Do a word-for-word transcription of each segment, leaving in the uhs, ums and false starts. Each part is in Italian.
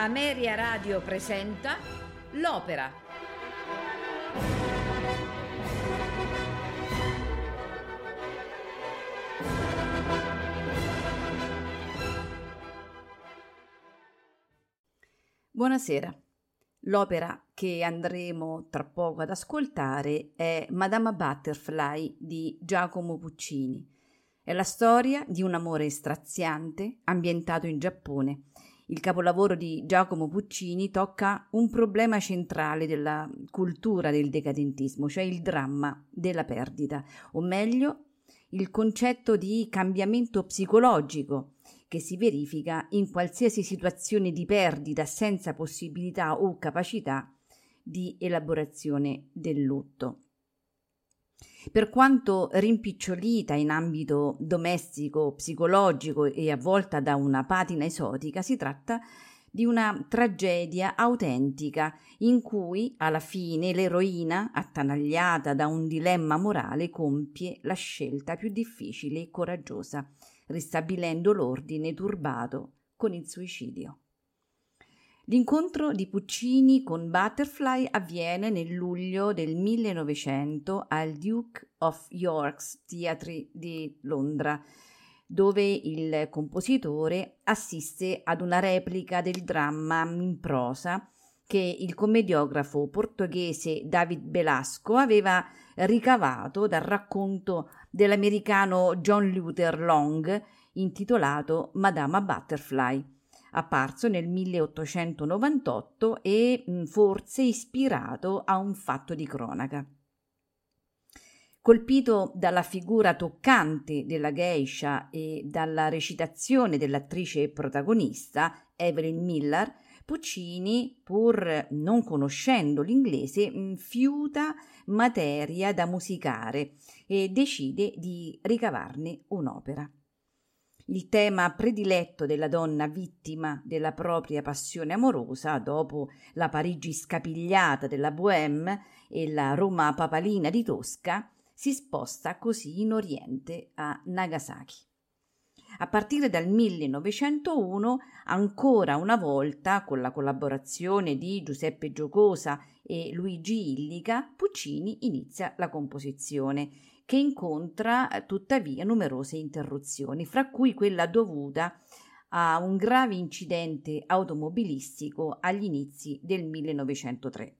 Ameria Radio presenta L'Opera. Buonasera. L'opera che andremo tra poco ad ascoltare è Madama Butterfly di Giacomo Puccini. È la storia di un amore straziante ambientato in Giappone. Il capolavoro di Giacomo Puccini tocca un problema centrale della cultura del decadentismo, cioè il dramma della perdita, o meglio, il concetto di cambiamento psicologico che si verifica in qualsiasi situazione di perdita senza possibilità o capacità di elaborazione del lutto. Per quanto rimpicciolita in ambito domestico, psicologico e avvolta da una patina esotica, si tratta di una tragedia autentica in cui alla fine l'eroina, attanagliata da un dilemma morale, compie la scelta più difficile e coraggiosa, ristabilendo l'ordine turbato con il suicidio. L'incontro di Puccini con Butterfly avviene nel luglio del millenovecento al Duke of York's Theatre di Londra, dove il compositore assiste ad una replica del dramma in prosa che il commediografo portoghese David Belasco aveva ricavato dal racconto dell'americano John Luther Long intitolato Madama Butterfly, apparso nel milleottocentonovantotto e forse ispirato a un fatto di cronaca. Colpito dalla figura toccante della geisha e dalla recitazione dell'attrice protagonista, Evelyn Miller, Puccini, pur non conoscendo l'inglese, fiuta materia da musicare e decide di ricavarne un'opera. Il tema prediletto della donna vittima della propria passione amorosa, dopo la Parigi scapigliata della Bohème e la Roma papalina di Tosca, si sposta così in Oriente a Nagasaki. A partire dal millenovecentouno, ancora una volta, con la collaborazione di Giuseppe Giocosa e Luigi Illica, Puccini inizia la composizione, che incontra tuttavia numerose interruzioni, fra cui quella dovuta a un grave incidente automobilistico agli inizi del millenovecentotre.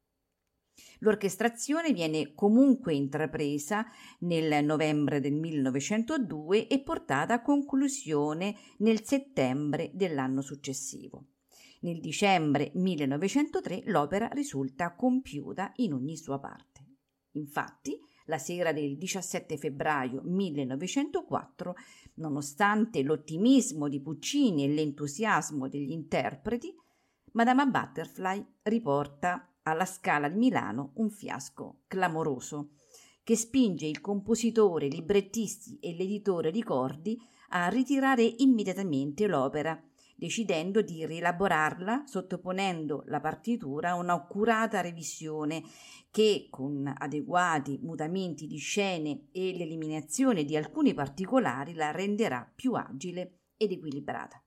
L'orchestrazione viene comunque intrapresa nel novembre del millenovecentodue e portata a conclusione nel settembre dell'anno successivo. Nel dicembre millenovecentotre l'opera risulta compiuta in ogni sua parte. Infatti, la sera del diciassette febbraio millenovecentoquattro, nonostante l'ottimismo di Puccini e l'entusiasmo degli interpreti, Madama Butterfly riporta alla Scala di Milano un fiasco clamoroso che spinge il compositore, i librettisti e l'editore Ricordi a ritirare immediatamente l'opera, decidendo di rielaborarla sottoponendo la partitura a un'accurata revisione che, con adeguati mutamenti di scene e l'eliminazione di alcuni particolari, la renderà più agile ed equilibrata.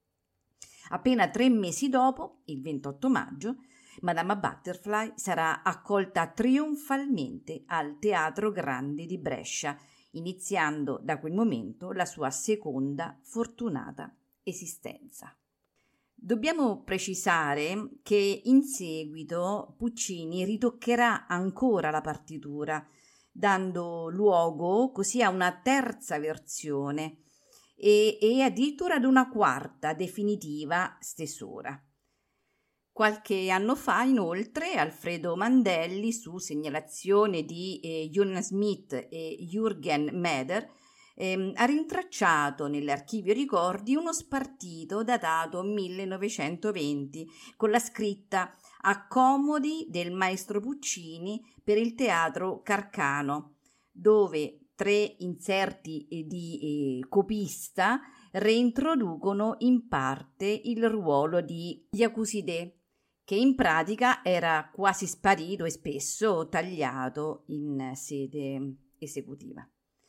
Appena tre mesi dopo, il ventotto maggio, Madama Butterfly sarà accolta trionfalmente al Teatro Grande di Brescia, iniziando da quel momento la sua seconda fortunata esistenza. Dobbiamo precisare che in seguito Puccini ritoccherà ancora la partitura, dando luogo così a una terza versione e, e addirittura ad una quarta definitiva stesura. Qualche anno fa, inoltre, Alfredo Mandelli, su segnalazione di eh, Jonas Smith e Jürgen Meder, ehm, ha rintracciato nell'archivio ricordi uno spartito datato millenovecentoventi con la scritta "Accomodi del maestro Puccini per il teatro Carcano", dove tre inserti di eh, copista reintroducono in parte il ruolo di Yacuside, che in pratica era quasi sparito e spesso tagliato in sede esecutiva.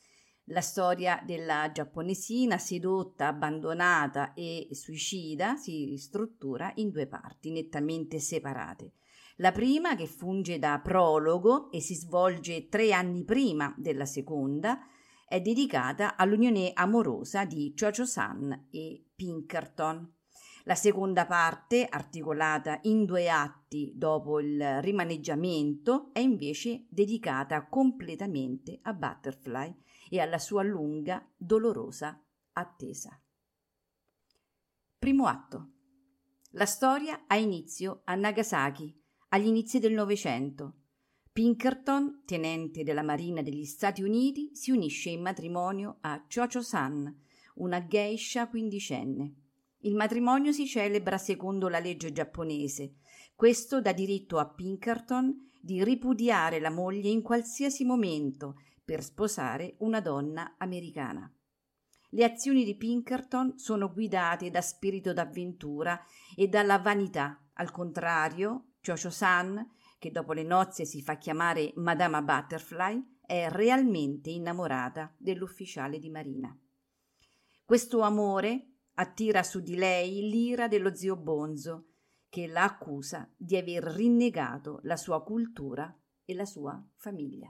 La storia della giapponesina sedotta, abbandonata e suicida si struttura in due parti nettamente separate. La prima, che funge da prologo e si svolge tre anni prima della seconda, è dedicata all'unione amorosa di Cho-Cho-san e Pinkerton. La seconda parte, articolata in due atti dopo il rimaneggiamento, è invece dedicata completamente a Butterfly e alla sua lunga, dolorosa attesa. Primo atto. La storia ha inizio a Nagasaki, agli inizi del Novecento. Pinkerton, tenente della Marina degli Stati Uniti, si unisce in matrimonio a Cho-Cho-san, una geisha quindicenne. Il matrimonio si celebra secondo la legge giapponese. Questo dà diritto a Pinkerton di ripudiare la moglie in qualsiasi momento per sposare una donna americana. Le azioni di Pinkerton sono guidate da spirito d'avventura e dalla vanità. Al contrario, Cho-Cho-san, che dopo le nozze si fa chiamare Madama Butterfly, è realmente innamorata dell'ufficiale di marina. Questo amore attira su di lei l'ira dello zio Bonzo, che la accusa di aver rinnegato la sua cultura e la sua famiglia.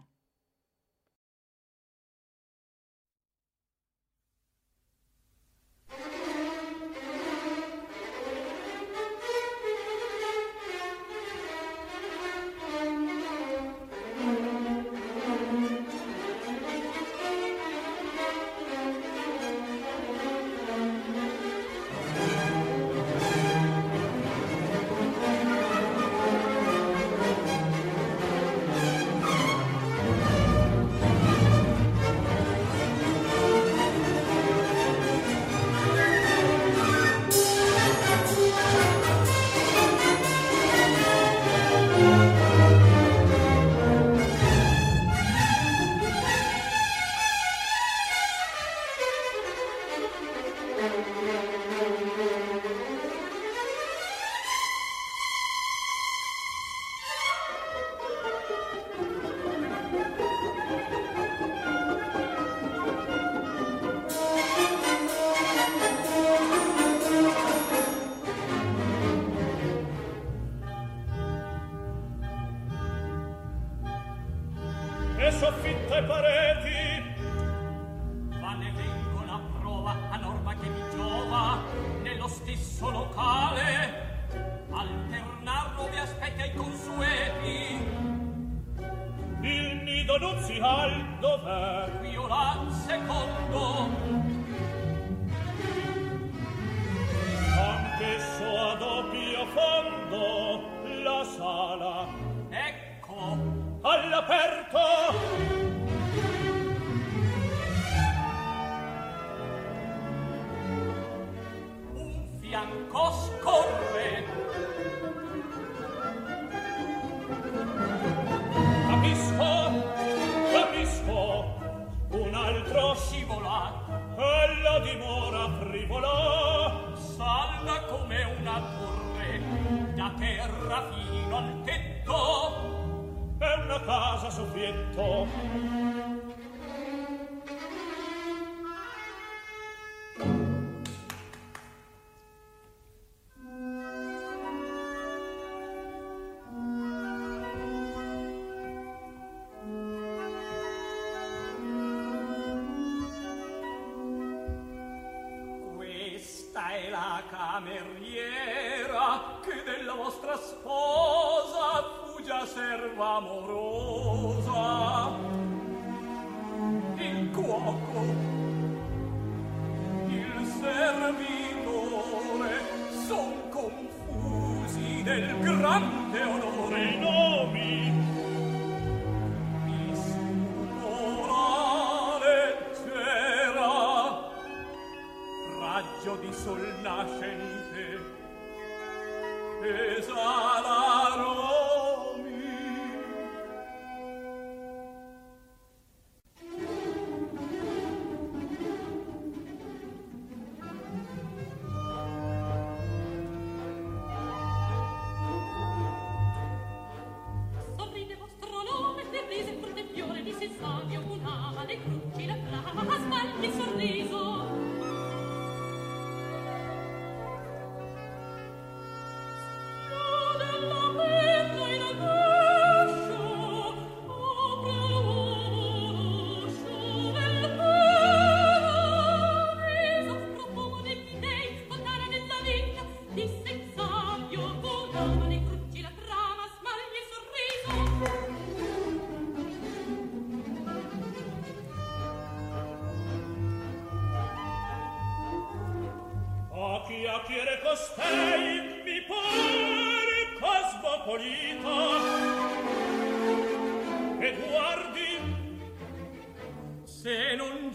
E soffitte pareti, ma ne vengono a prova a norma che mi giova nello stesso locale alternar nuovi aspetti ai consueti. Il nido nuzial dov'è? Qui o là secondo, anch'esso a doppio fondo la sala. Ecco all'aperto, un fianco scorre, capisco, capisco, un altro scivola, e la dimora frivola, salda come una torre, da terra fino al tetto, è una casa soffietto. Questa è la cameriera che della vostra sposa già serva amorosa. Il cuoco, il servitore son confusi del grande onore. I nomi il morale c'era, raggio di sol nascente esalarò. Sorride vostro nome, per risa e forte fiore, di se savio, un'ama, le cruci, la flama,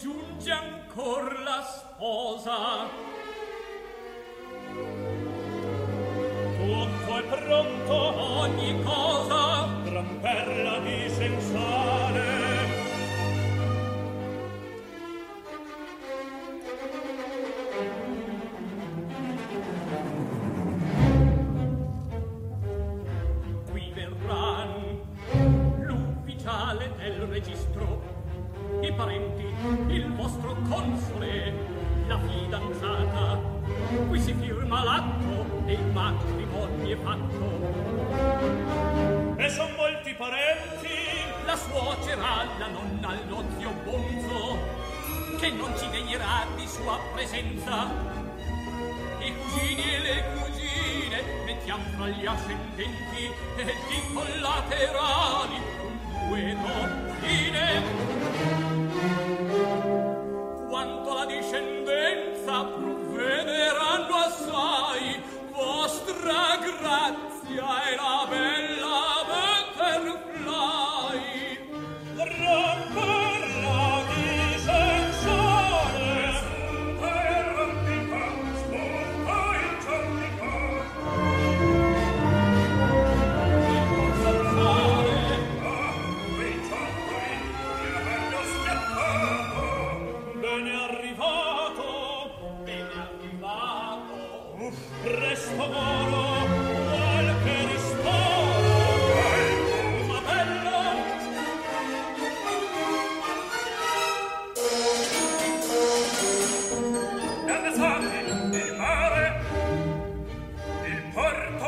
giunge ancor la sposa. Tutto è pronto, ogni cosa, gran perla di sensale. Qui verranno l'ufficiale del registro, i parenti, il vostro console, la fidanzata. Qui si firma l'atto e il matrimonio è fatto. E son molti parenti, la suocera, la nonna, lo zio Bonzo, che non ci degnerà di sua presenza. I cugini e le cugine mettiam fra gli ascendenti e di collaterali un due dottine. Quanto alla discendenza provvederanno assai, vostra grazia e la bella Butterfly. Ramperla di sensore, spunta e rampica, spunta il giornica. Il sensore, ah, quei gioccoli mi avendo schiattato. Bene arrivato, bene arrivato. Uff, presto moro, qualche ristoro. Ma bello. Dalle sate, il mare, il porto.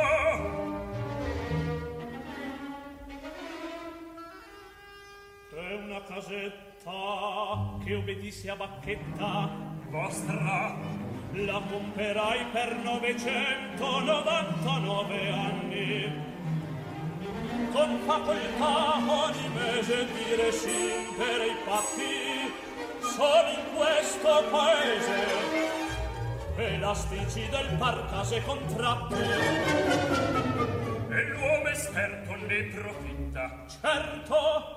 È una casetta che obbedisce a bacchetta vostra. La comperai per novecentonovantanove anni, con facoltà ogni mese di rescindere i patti. Solo in questo paese elastici del par case contratti. E l'uomo esperto ne profitta. Certo.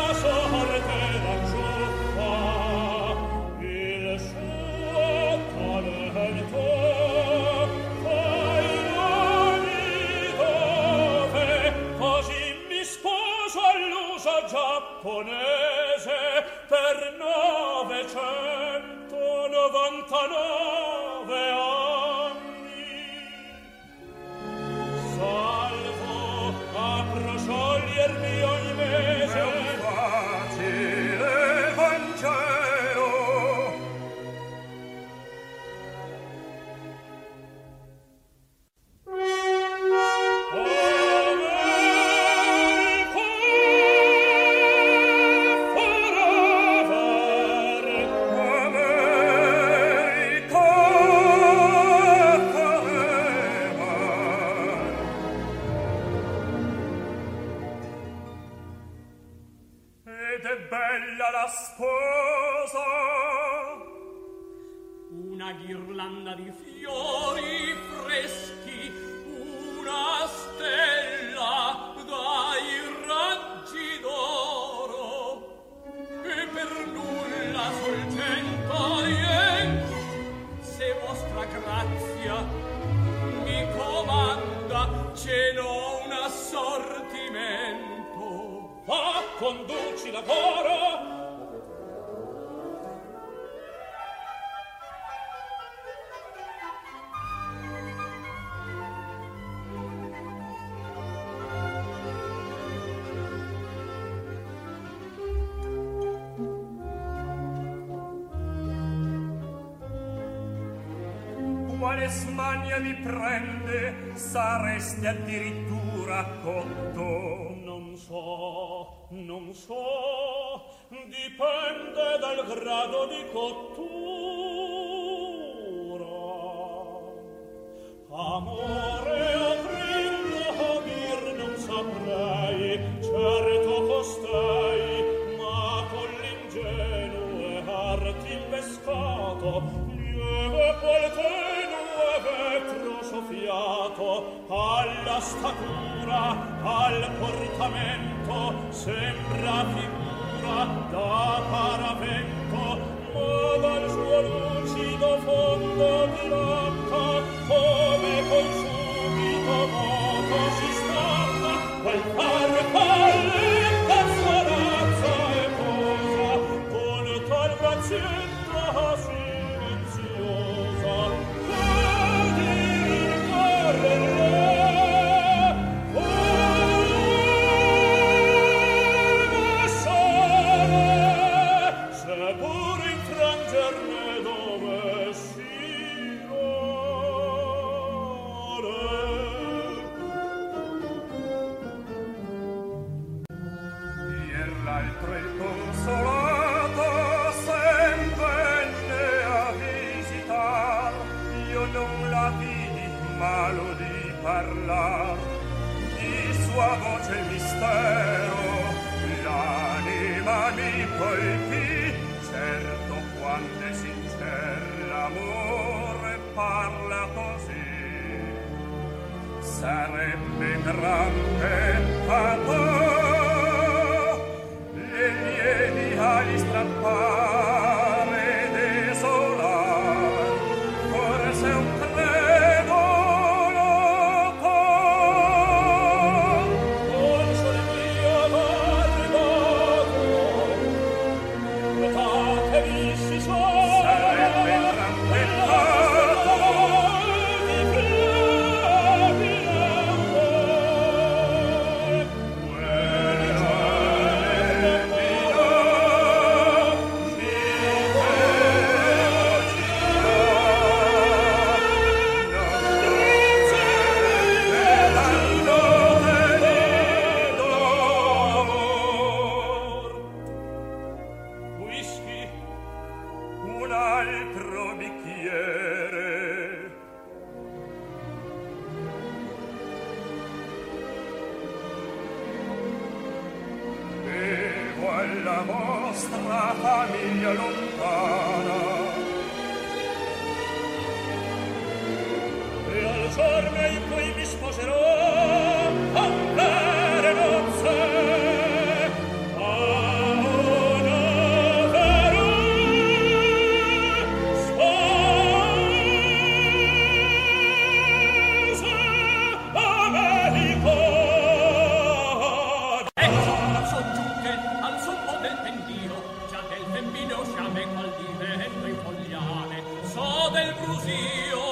Sorte novecentonovantanove anni. Salvo a prosciogliermi ogni mese. È un facile Vangelo. Una ghirlanda di fiori freschi, una stella dai raggi d'oro, e per nulla solcento rien, se vostra grazia mi comanda, ce n'ho un assortimento. Va, conduci la coro. Quale smania mi prende, saresti addirittura cotto. Non so, non so, dipende dal grado di cottura. Amore o grillo o dir non saprei, certo costei, ma con l'ingenue arte invescato, lieve qual tenue vetro soffiato, alla statura, al portamento, sembra figura da paravento, ma dal suo lucido fondo diretta, come col subito moto si stacca, quel far palletta sua razza e posa, con tal grazietta silenziosa, vedi rincorrere. Parlar di sua voce il mistero, l'anima mi colpì, certo quando è sincer l'amore parla così, sarebbe gran peccato le lievi ali strappare e desolar, forse un credo. La vostra famiglia lontana e al giorno in cui mi sposerò a vere nozze a una vera sposa americana. Ecco, son giunte al sommo del pendio, già del femmino sciame qual di bel brusio.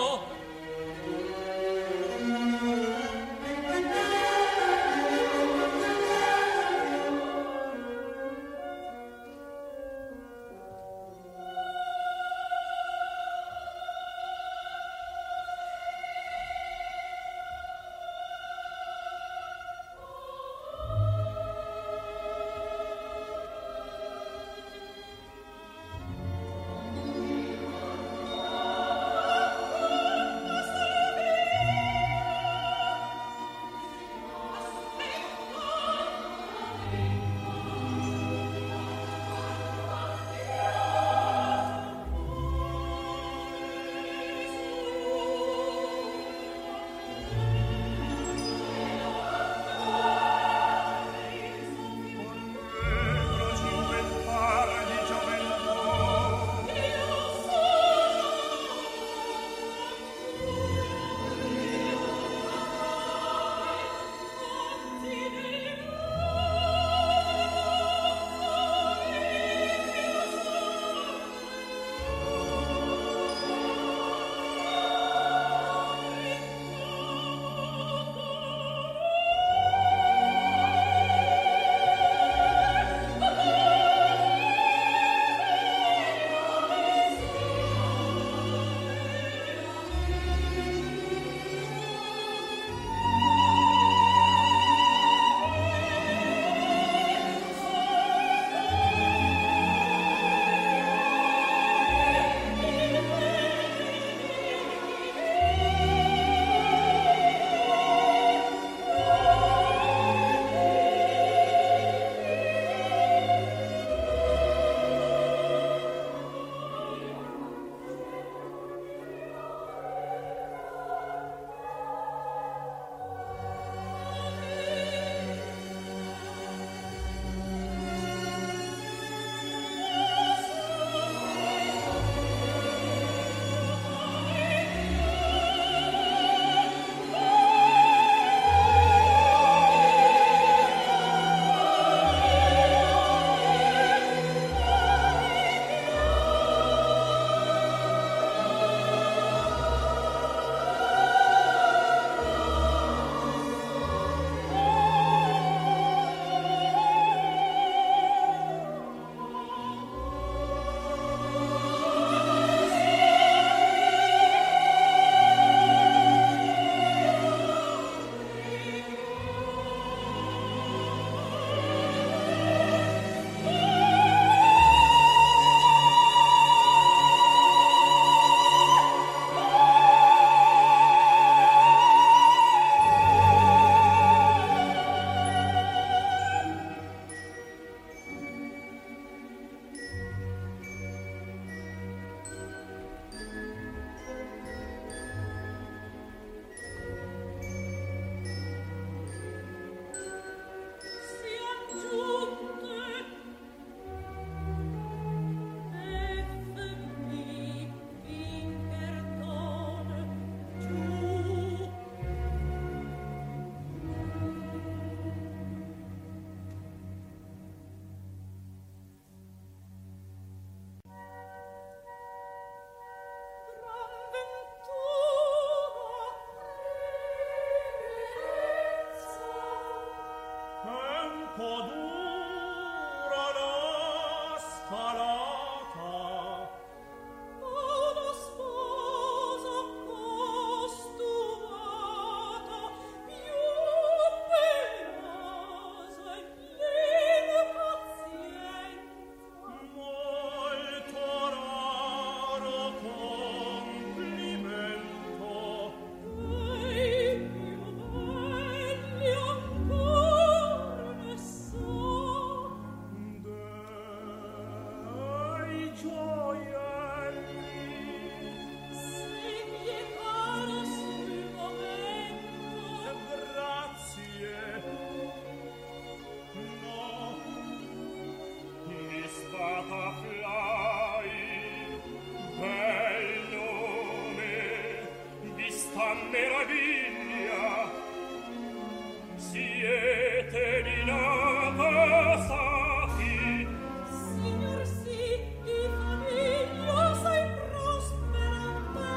Signor sì, di famiglia sei prospera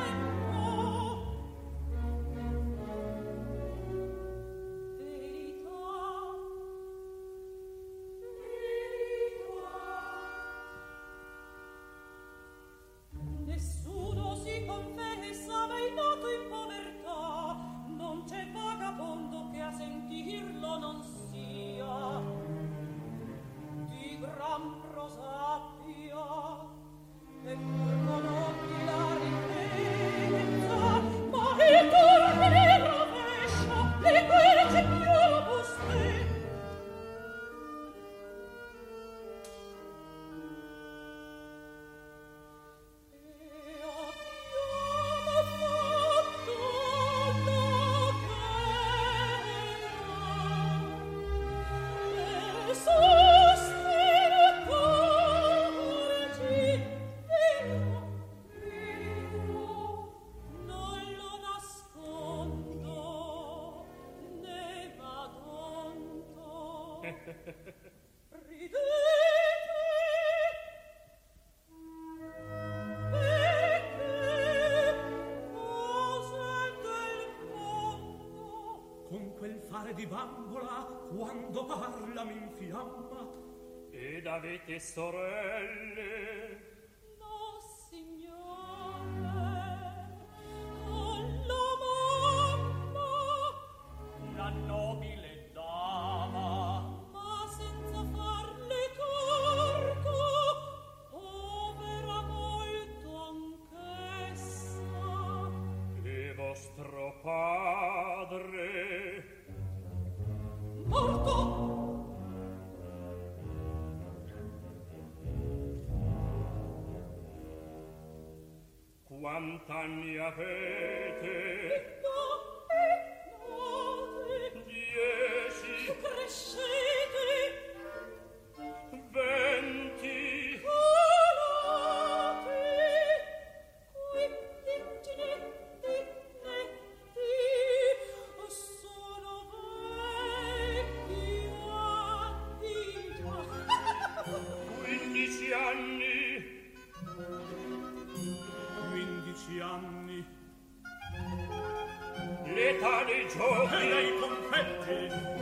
pare di bambola quando parla mi infiamma. Ed avete sorelle? No, signore, alla mamma. Una nobile dama, Ma senza farle corco, povera molto anch'essa. E vostro padre? Morto. Quant'anni avete? No, note. Dieci, Crescete. venti, Volate. Quindici netti, netti. Sono vecchia. quindici anni, quindici anni, l'età dei e giovani. dei confetti.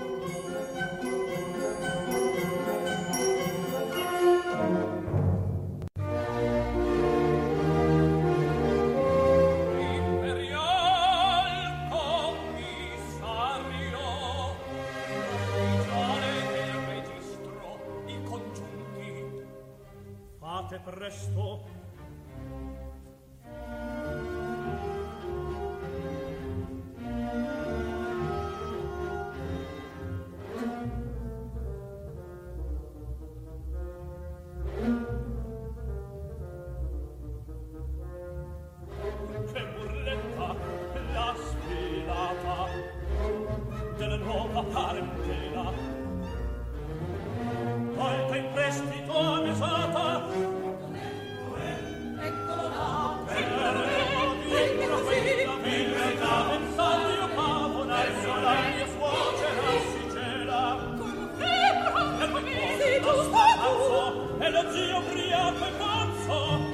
Imperial commissario, ufficiale del registro, i congiunti. Fate presto. Che burletta, la sfilata della nuova parentela, tolta in prestito a mesata. Eccolo là. Per dietro quella villa pensate io pavona e sola mia suocera si gela. E poi Sei cosa giusto pazzo e lo zio ubriaco e pazzo.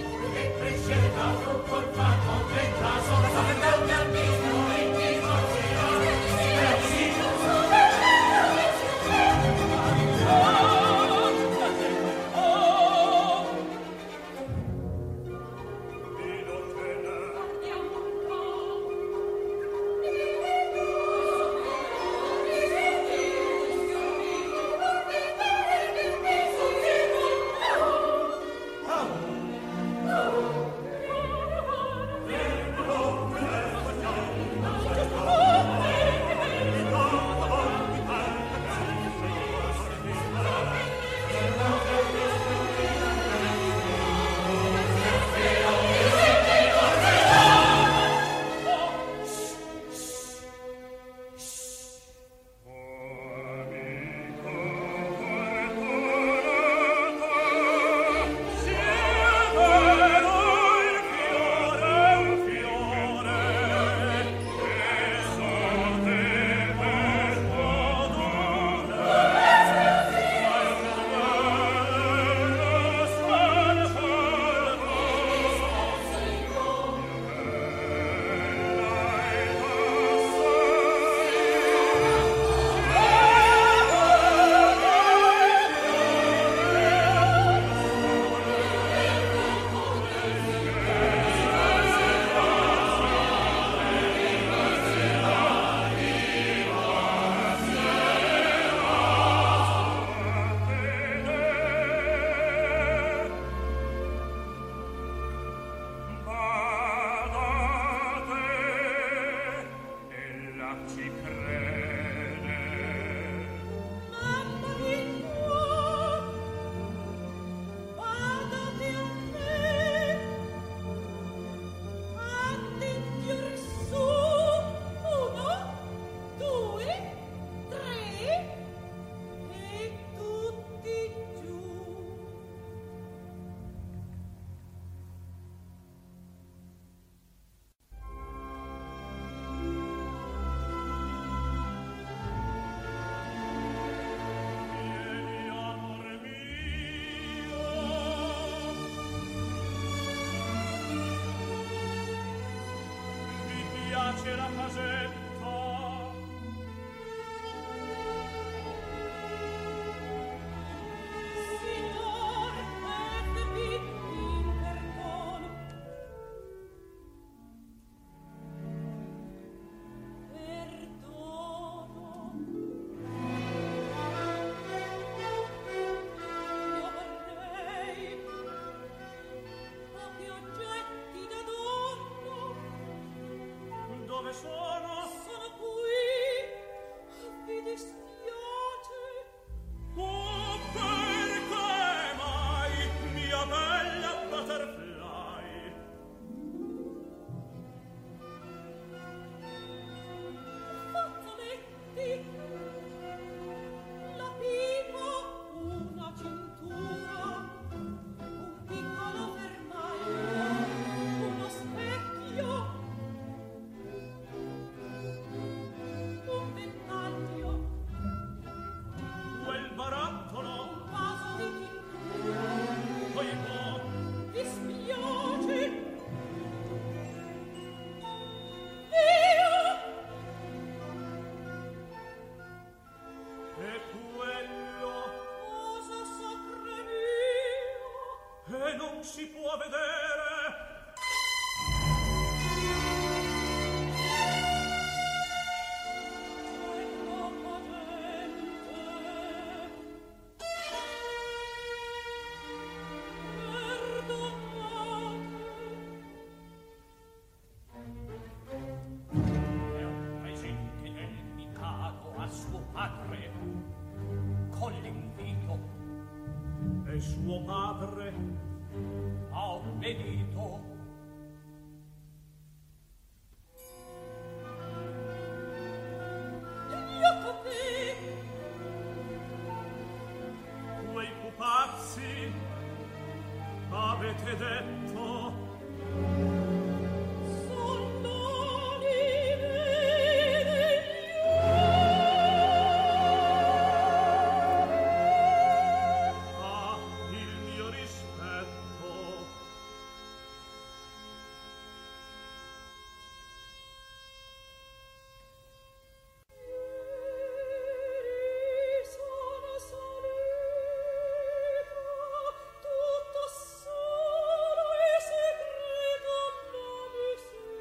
Cresceva fu colpato del caso sapete al mismo e ti faceva piace la casetta sono? Sono qui. Vi dispiace? Oh, perché mai, mia bella butterfly? Fazzoletti. La pipa, una cintura, un piccolo fermaio, uno specchio, un ventaglio, Quel barattolo, un vaso di tintura. poi può, Dispiace. Via. e quello, Cosa sacra mia? e non si può vedere. C'è troppa gente. Perdonate. È un presente del Mikado a suo padre, con l'invito, e suo padre ha obbedito. Jacopi. Quei pupazzi avete detto, Sono liberi. ah, il mio rispetto. Sono salita, tutto solo e segreto non mi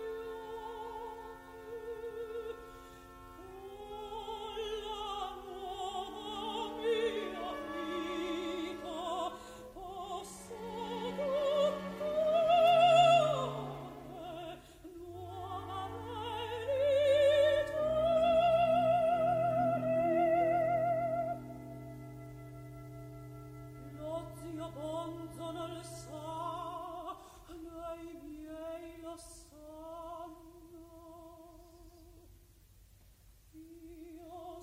siate. Con la nuova mia vita posso toccare nuova verità. Lo zio Bonzo non sa, né i miei lo sanno. Io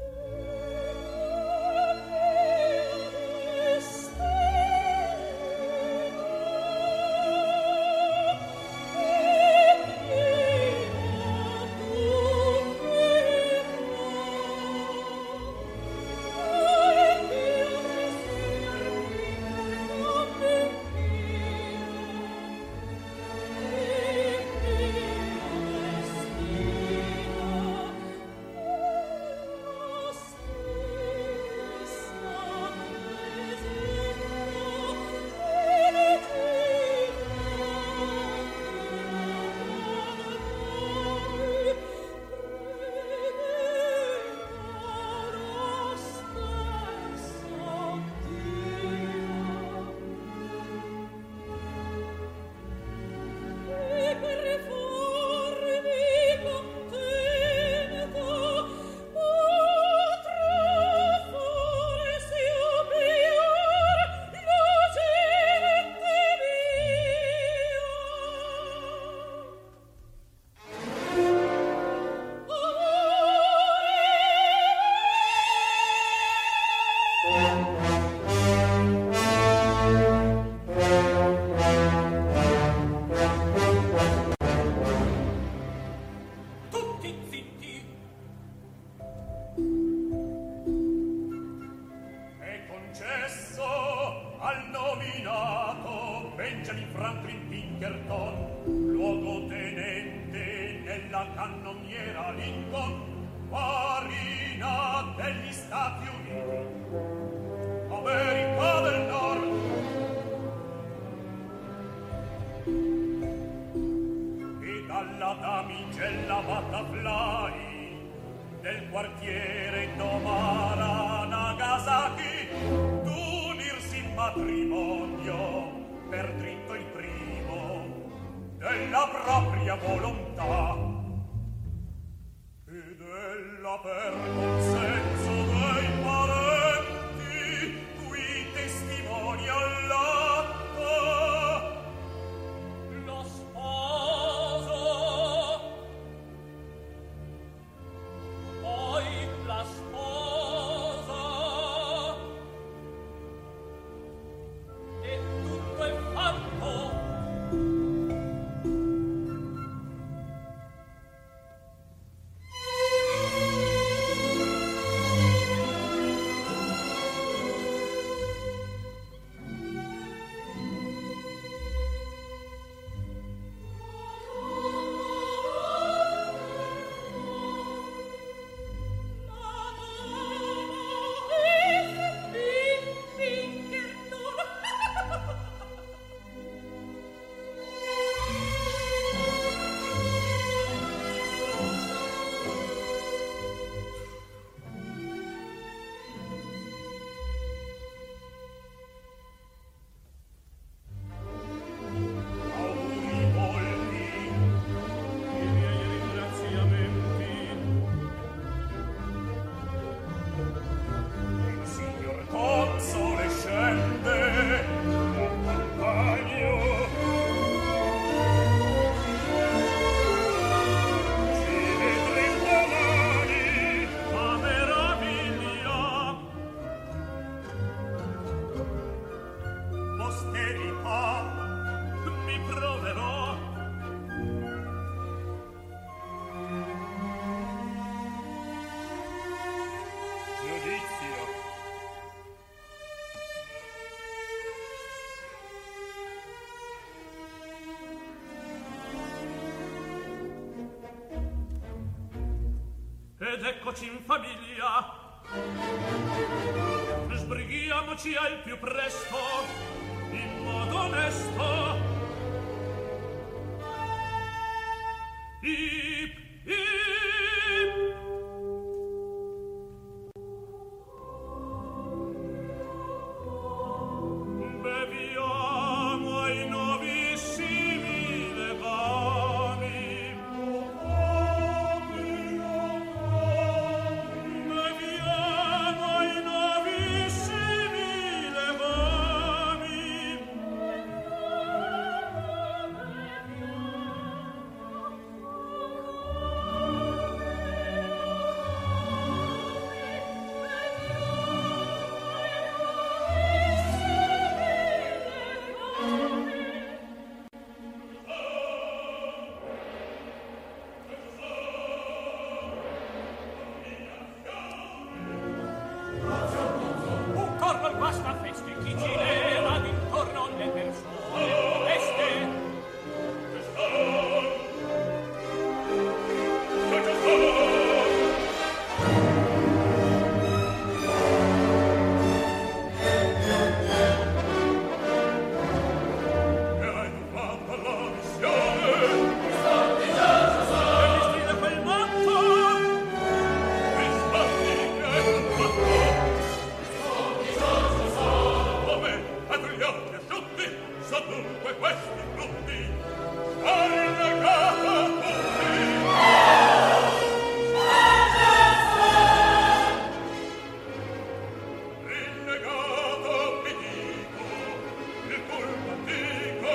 Benjamin Franklin Pinkerton, luogotenente nella cannoniera Lincoln, Marina degli Stati Uniti, America del Nord. E dalla damigella Butterfly del quartiere Nomara Nagasaki d'unirsi in matrimonio per dritto il primo della propria volontà. Ed eccoci in famiglia. Sbrighiamoci al più presto, in modo onesto. Ip, ip. Beviamo ai novissimi legami. Beviamo ai novissimi legami. Un corno al guasto a feste, chi girava d'intorno le persone modeste. E hai fatto la missione. E mi stile quel matto. Rispondi che è un fatto. Come apri gli occhi asciutti, so dunque questi frutti. Hai negato a tutti. Rinnegato vi dico, il colpo antico.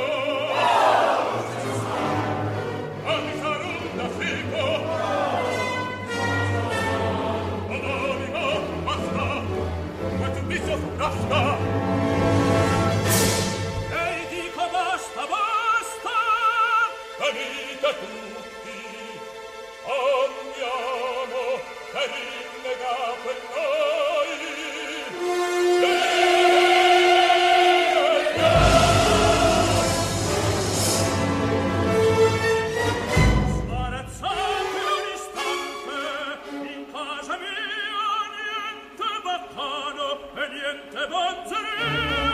A mi sarunda fico. Anonimo, basta. Questo giudizio basta. Ehi, dico basta, basta. Venite tutti, andiamo, per innegato è noi. Sbarazzate un istante, in casa mia niente baccano e niente bozzeria.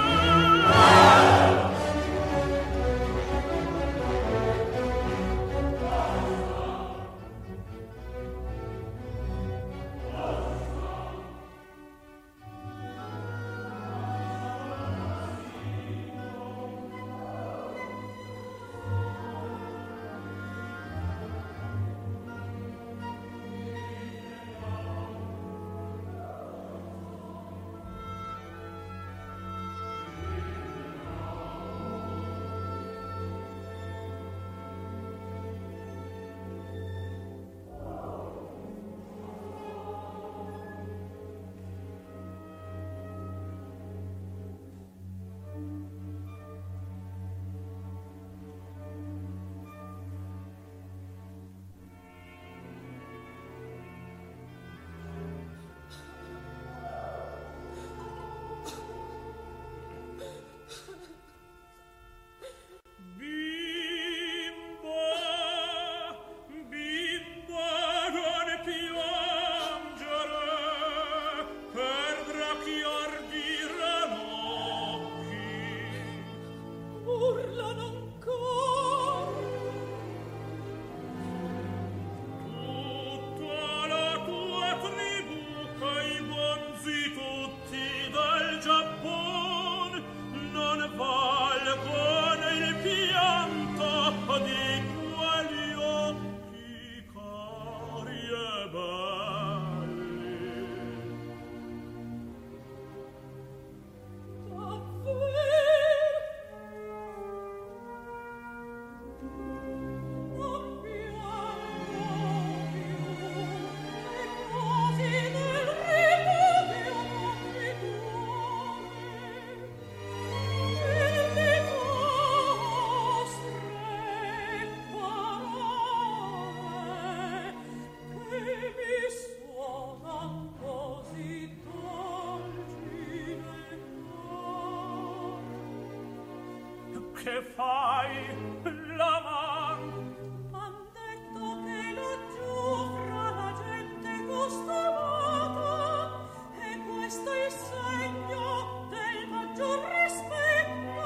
che fai la man? Han detto che laggiù fra la gente costumata e questo è il segno del maggior rispetto.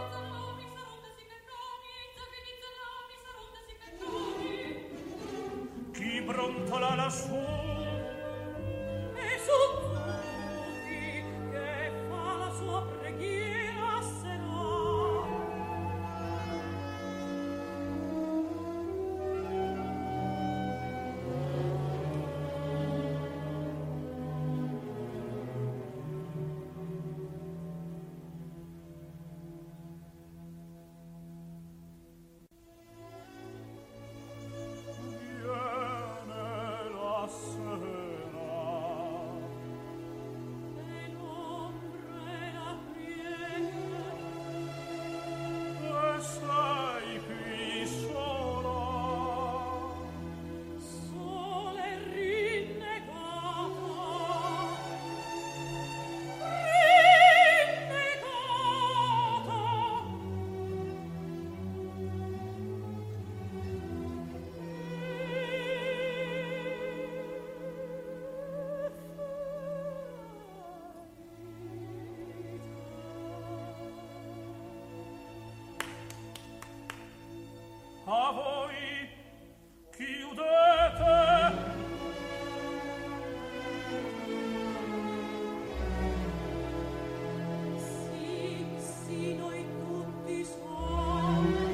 Chi brontola lassù? E Suzuki che fa la sua preghiera serale. Viene la sera E l'ombre la quiete, e sei qui sola. sole rinnegata, A voi chiudete. sì, sì, noi tutti sommi,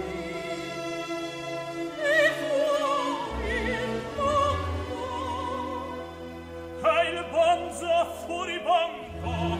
e fuori il mondo. E il bonzo furibondo.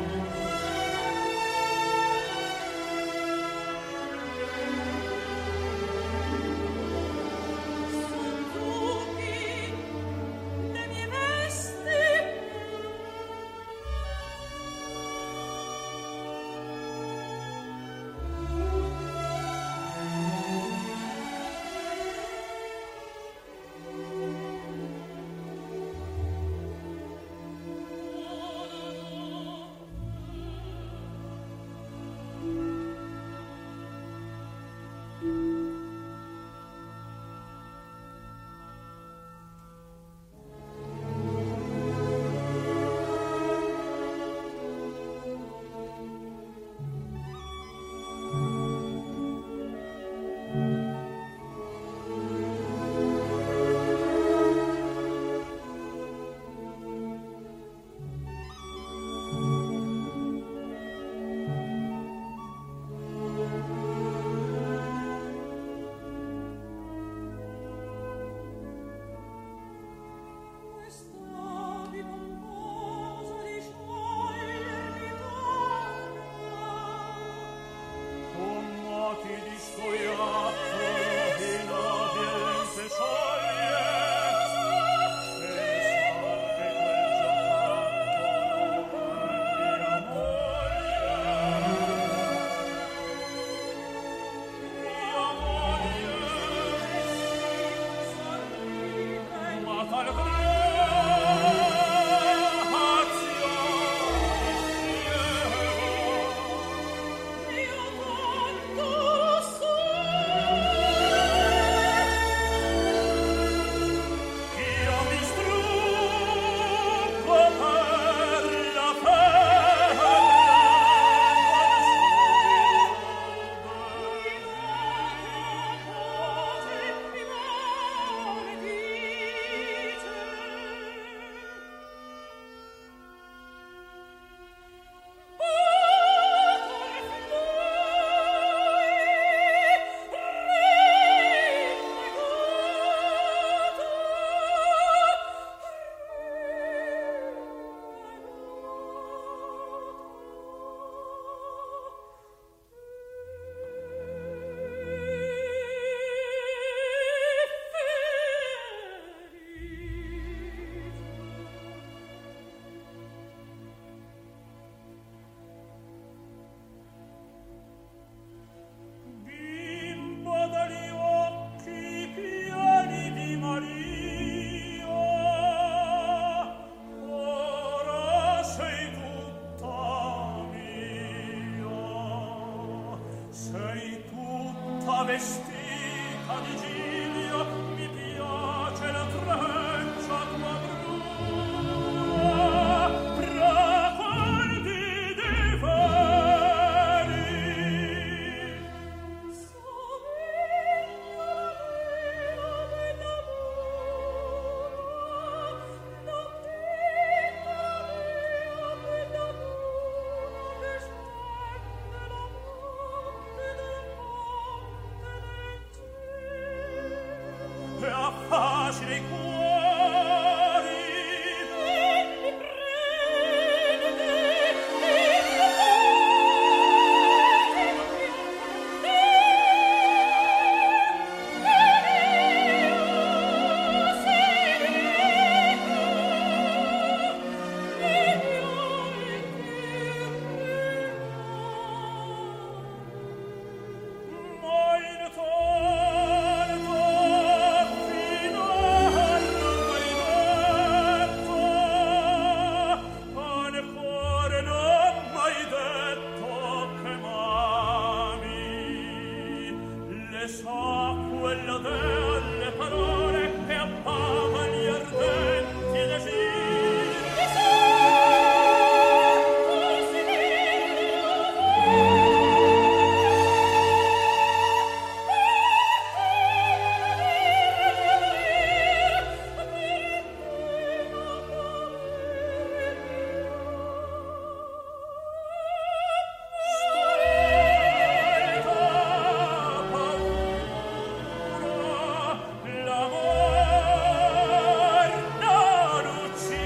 L'amor non uccide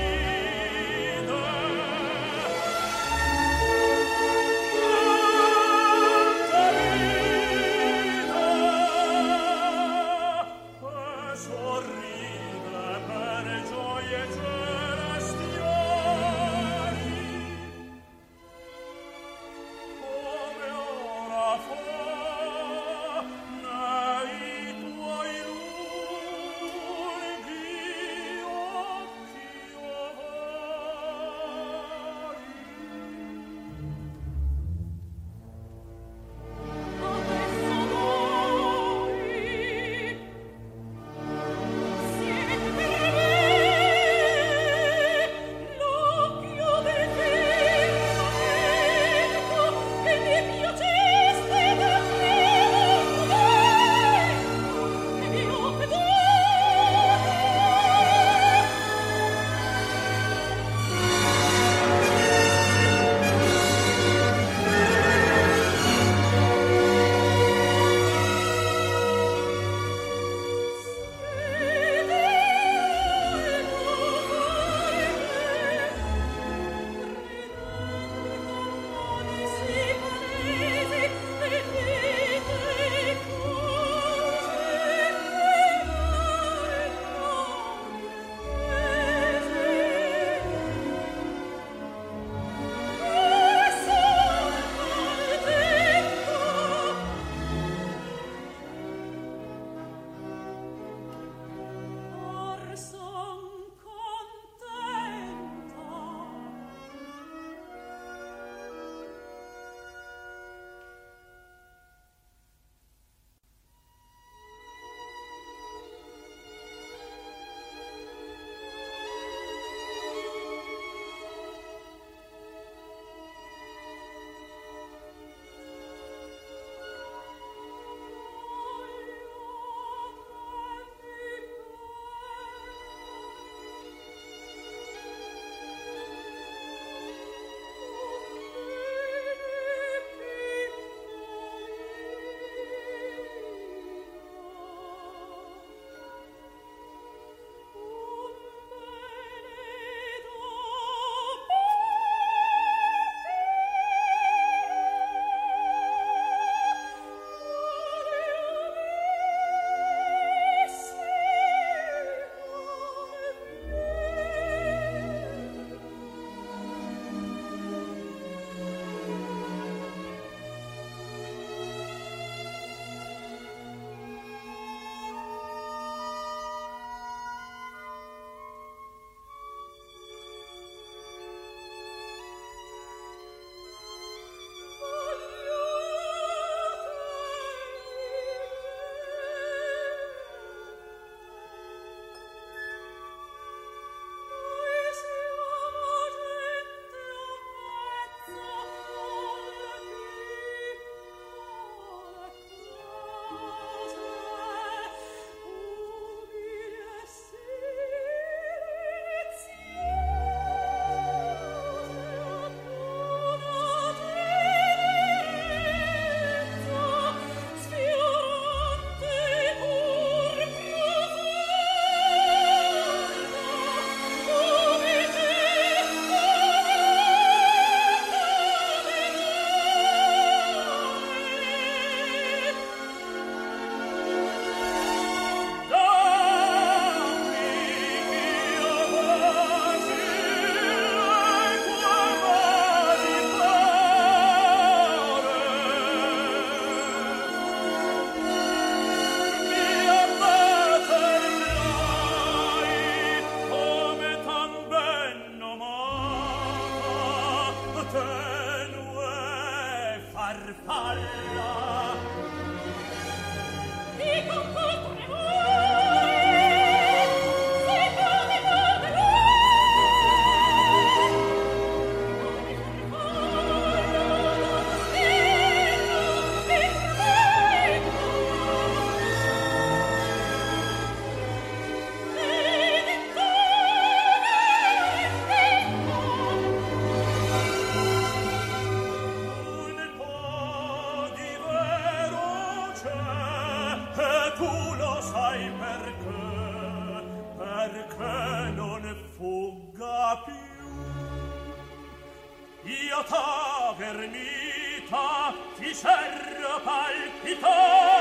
beata ghermita ti serra palpitante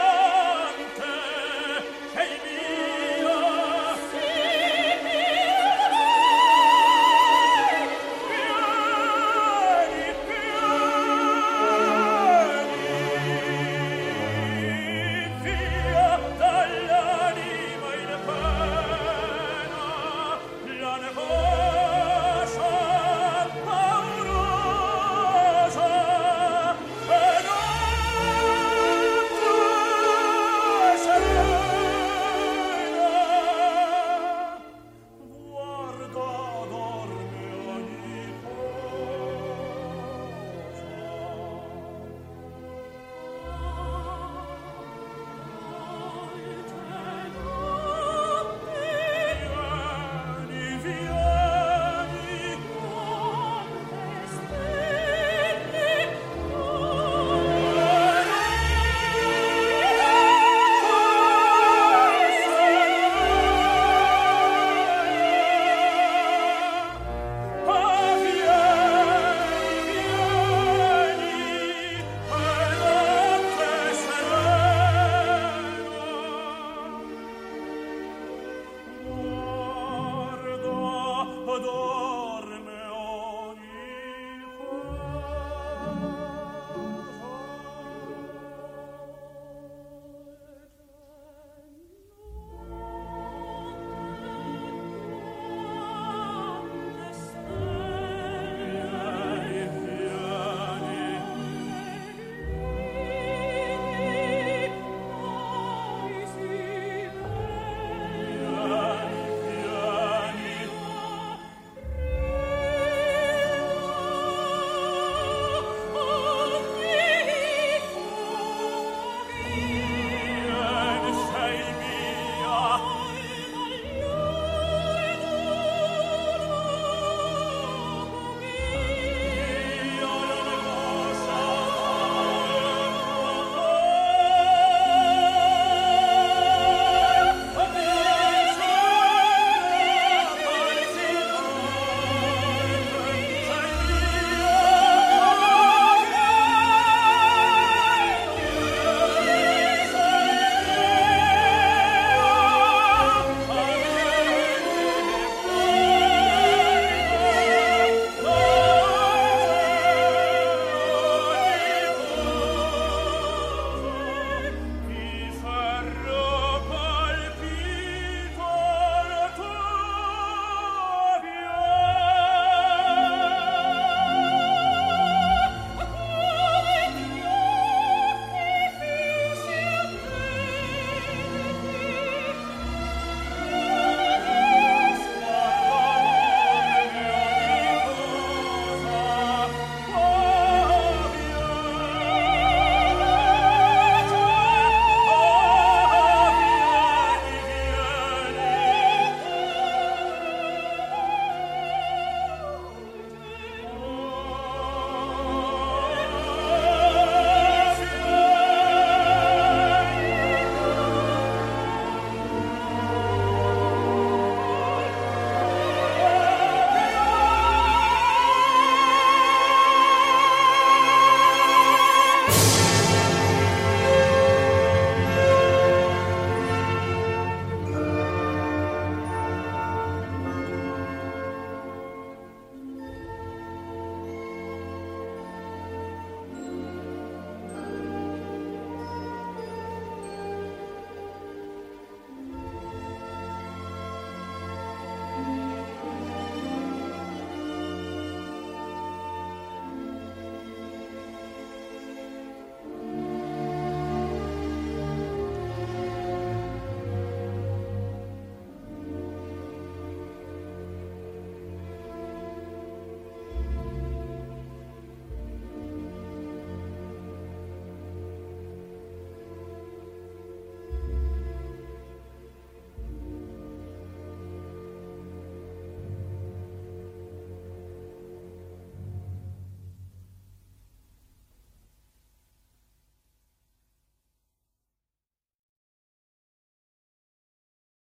che il mio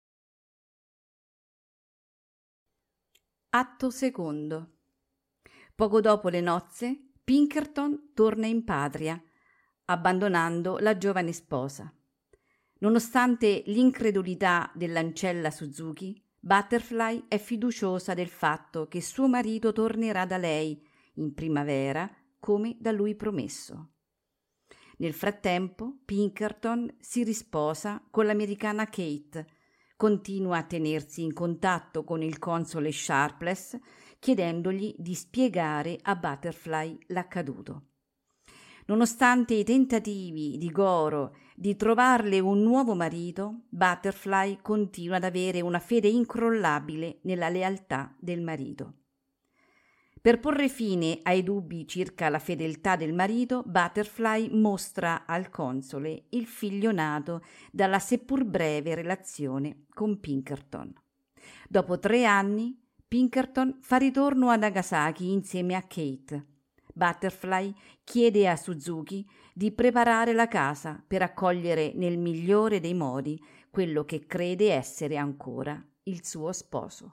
Atto secondo. Poco dopo le nozze, Pinkerton torna in patria, abbandonando la giovane sposa. Nonostante l'incredulità dell'ancella Suzuki, Butterfly è fiduciosa del fatto che suo marito tornerà da lei in primavera come da lui promesso. Nel frattempo, Pinkerton si risposa con l'americana Kate, continua a tenersi in contatto con il console Sharpless chiedendogli di spiegare a Butterfly l'accaduto. Nonostante i tentativi di Goro di trovarle un nuovo marito, Butterfly continua ad avere una fede incrollabile nella lealtà del marito. Per porre fine ai dubbi circa la fedeltà del marito, Butterfly mostra al console il figlio nato dalla seppur breve relazione con Pinkerton. Dopo tre anni, Pinkerton fa ritorno a Nagasaki insieme a Kate. Butterfly chiede a Suzuki di preparare la casa per accogliere nel migliore dei modi quello che crede essere ancora il suo sposo.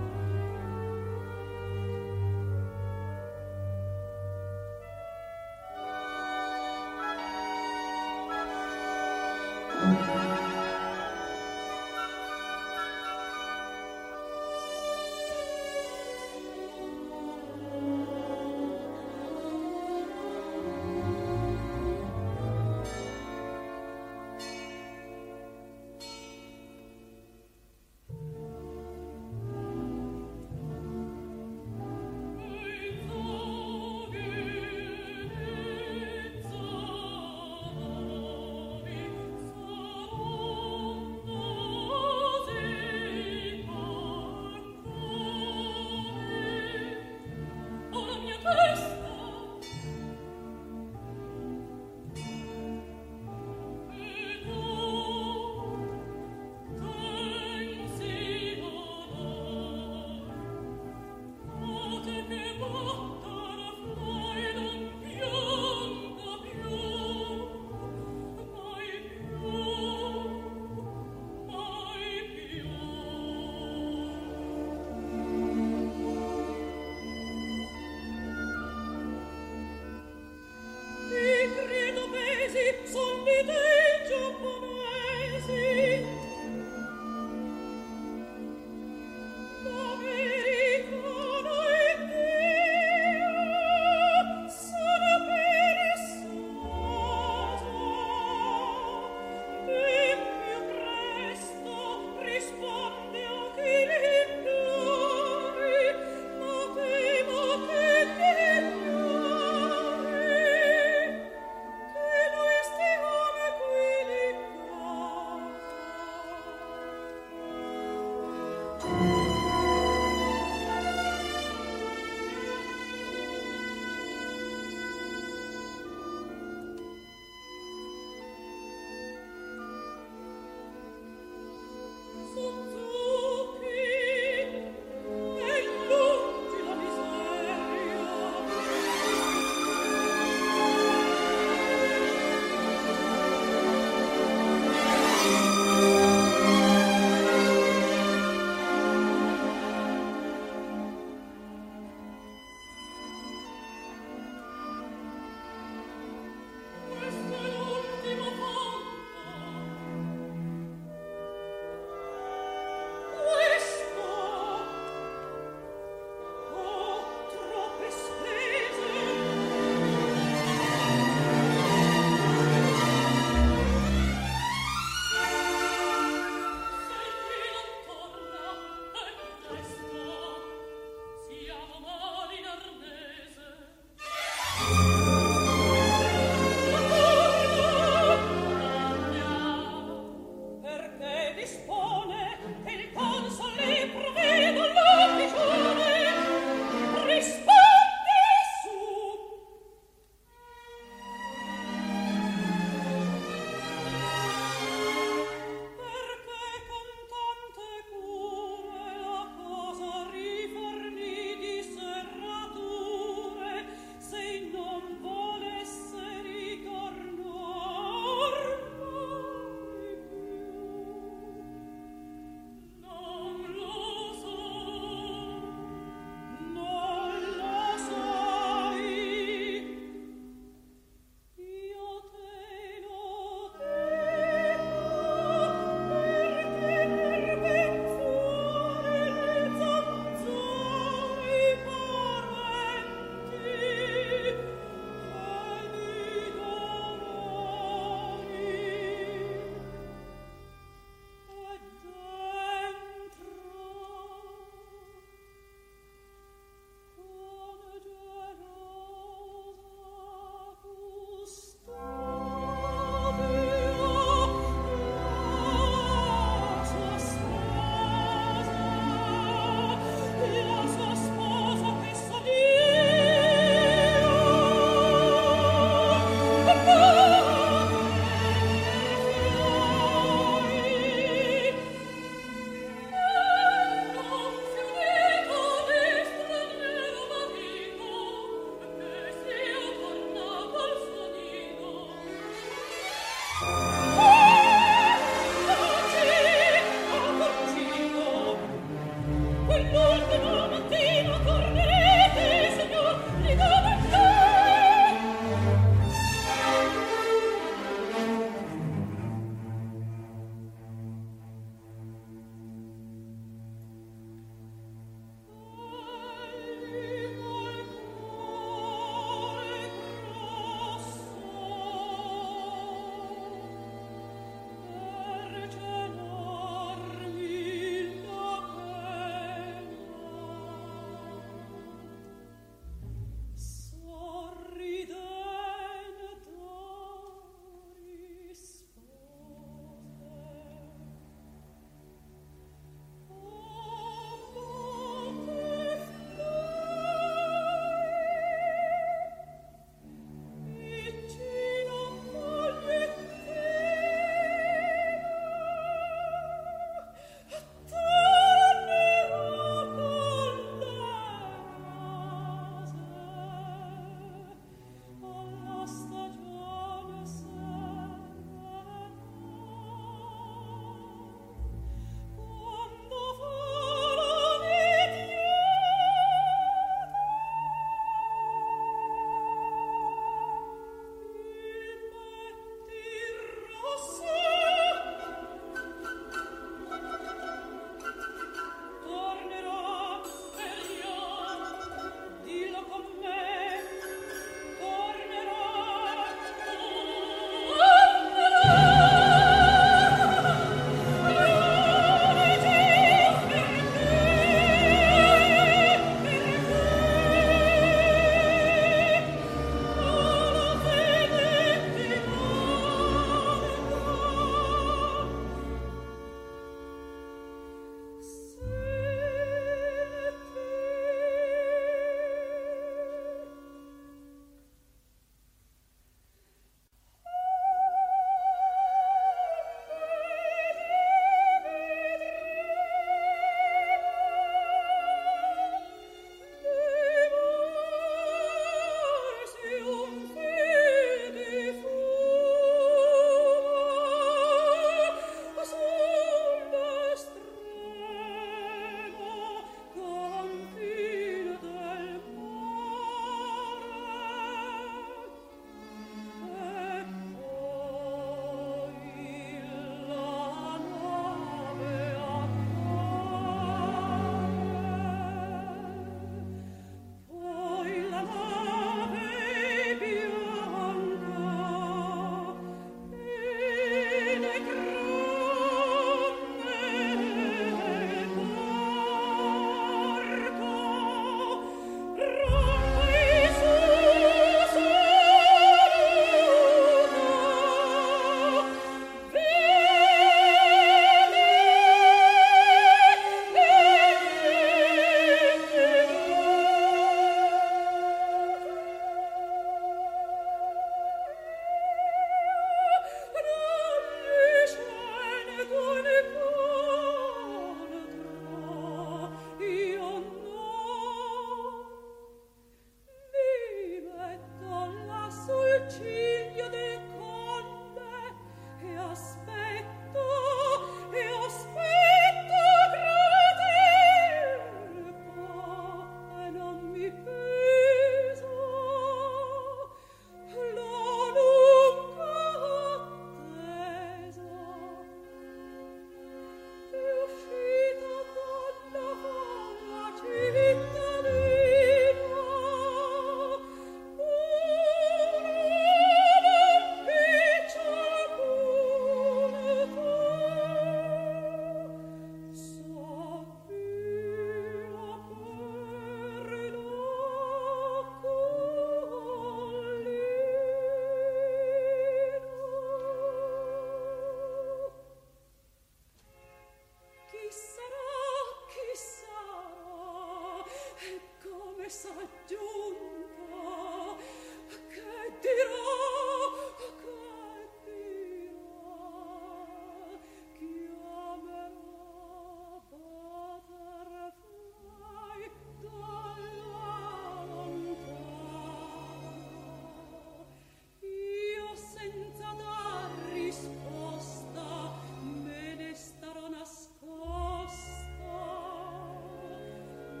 Io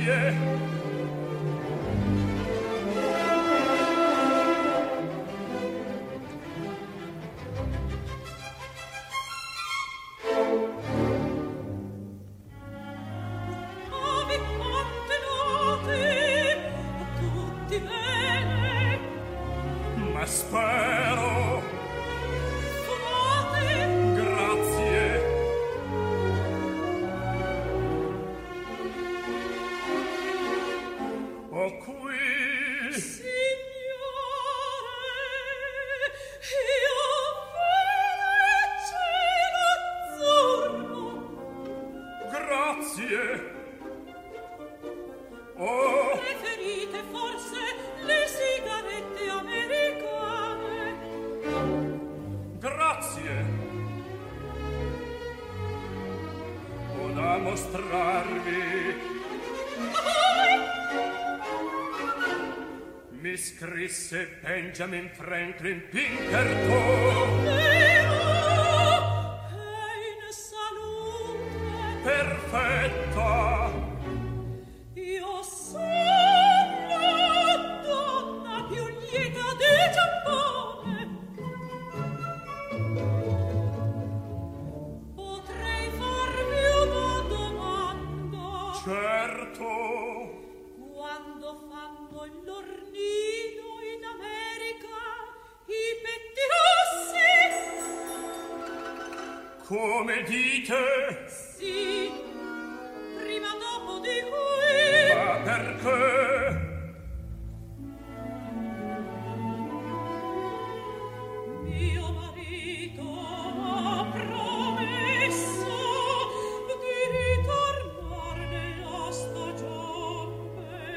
Benjamin Franklin Pinkerton. Vero, è in salute. Perfetta. Io sono la donna più lieta del Giappone. Potrei farvi una domanda. Certo. Quando fanno l'ornino in America i petti rossi? Come dite? Sì, prima dopo di cui. Ma perché? Mio marito ha promesso di ritornare nella stagione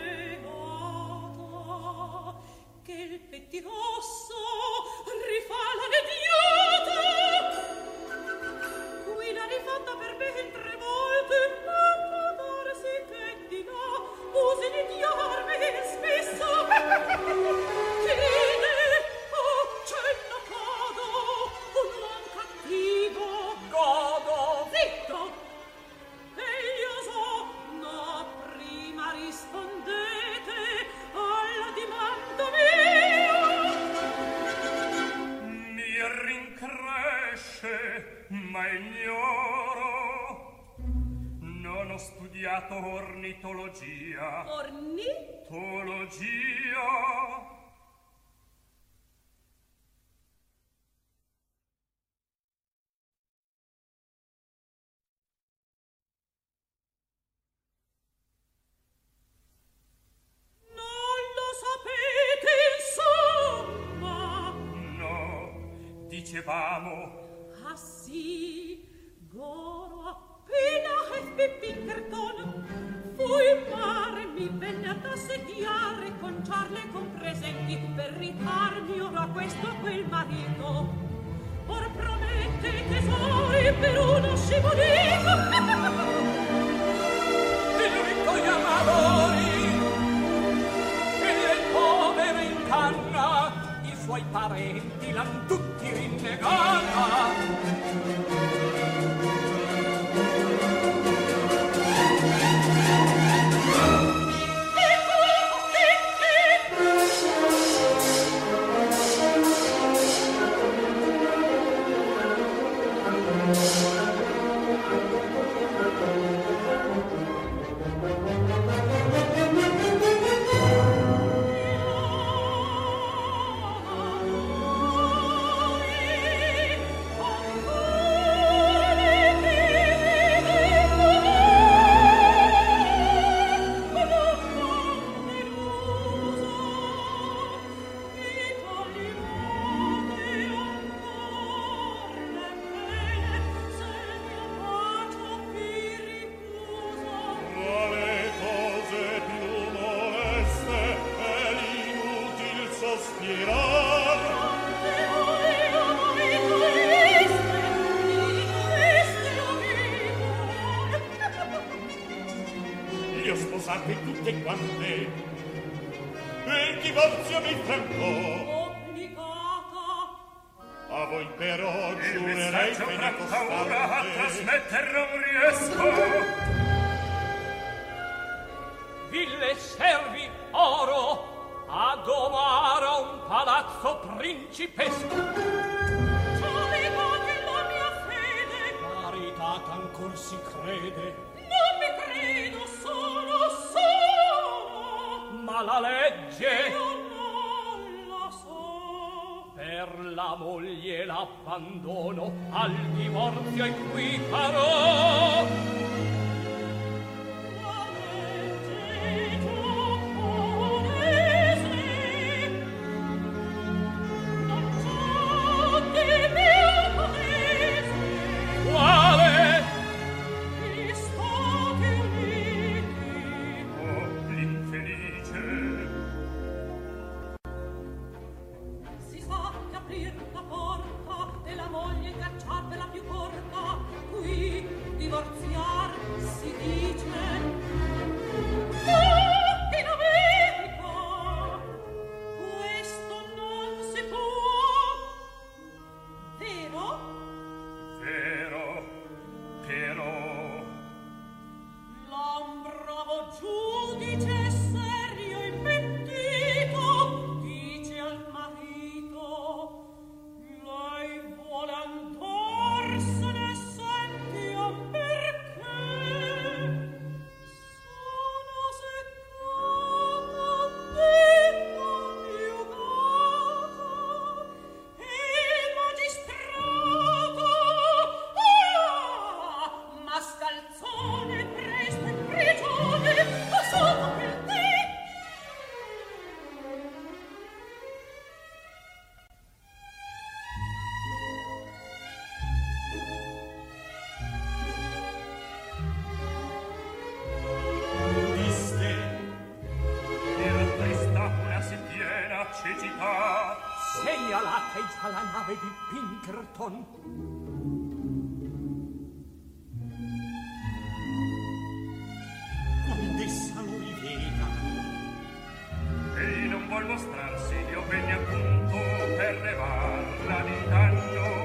beata, che il pettirosso rifà la nediata. Qui l'ha rifatta per ben tre volte, ma può darsi che di là usi nediarmi spesso. Chiede, oh, cenno codo, un uom cattivo. Godo. Zitto! E io so, no, prima rispondete alla dimanda mia. Mi rincresce, ma ignoro. Non ho studiato ornitologia. Ornitologia? Non lo sapete, insomma? No, dicevamo. Ah sì, Goro appena ebbe Pinkerton fu in mare, mi venne ad assediare con ciarle e con presenti per ritarmi ora questo a quel marito. Or promette tesori per uno scivolito. Il ricco gli amadori e il povero in canna, i suoi parenti l'han tutti rinnegata. sposate tutte quante. Il divorzio mi francò. Obbligata. A voi però Il giurerei messaggio che fra ne paura a costante. trasmettere non riesco. ville servi oro a domare un palazzo principesco. Avevate la mia fede. Carità ch'ancor si crede. Non mi credo, sono sola. Ma la legge io non la so. Per la moglie l'abbandono al divorzio equiparò. La legge giapponese non c'ha di mio paese. Quale? Gli Stati Uniti. Oh, l'infelice. Si sa che aprir la porta della moglie cacciarvela più corta, qui divorziar si dice. Ma in America questo non si può, vero? Vero, però L'un bravo giudice serio e pentito dice al marito: lei vuole andarsene, senti un perché? Sono seccata, vita piugata, e il magistrato, ah, mascalzone presto in prigione, ma solo per te. Diste, era trista una sì piena cecità. Segnalate già la nave di Pinkerton. quand'essa lo riveda, Egli non vuol mostrarsi, io venni appunto per levarla d'inganno.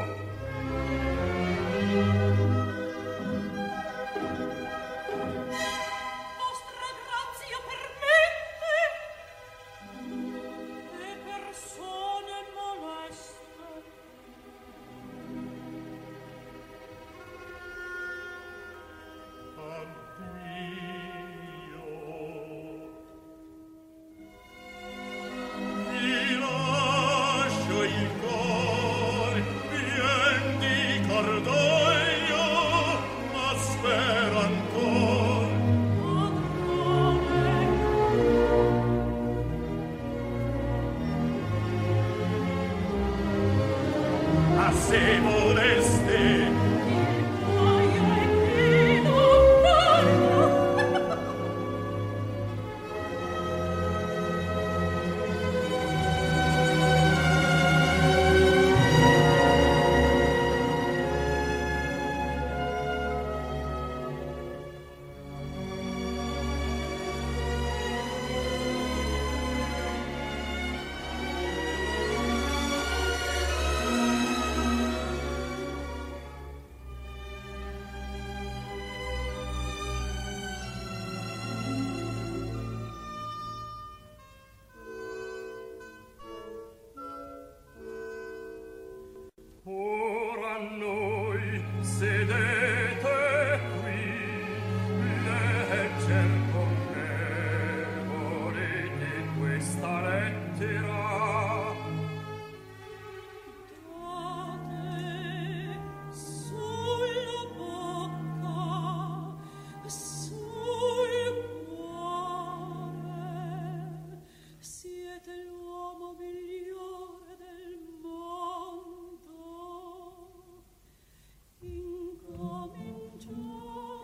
Vostra grazia permette le persone moleste. addio. Vi lascio il cor pien di cordoglio, ma spero ancor. A se voleste, Cuoio è pieno, parla. Ora noi sedete qui, legger con me volete questa lettera. Date sulla bocca, sul cuore, siete l'uomo migliore del mondo. Incominciate.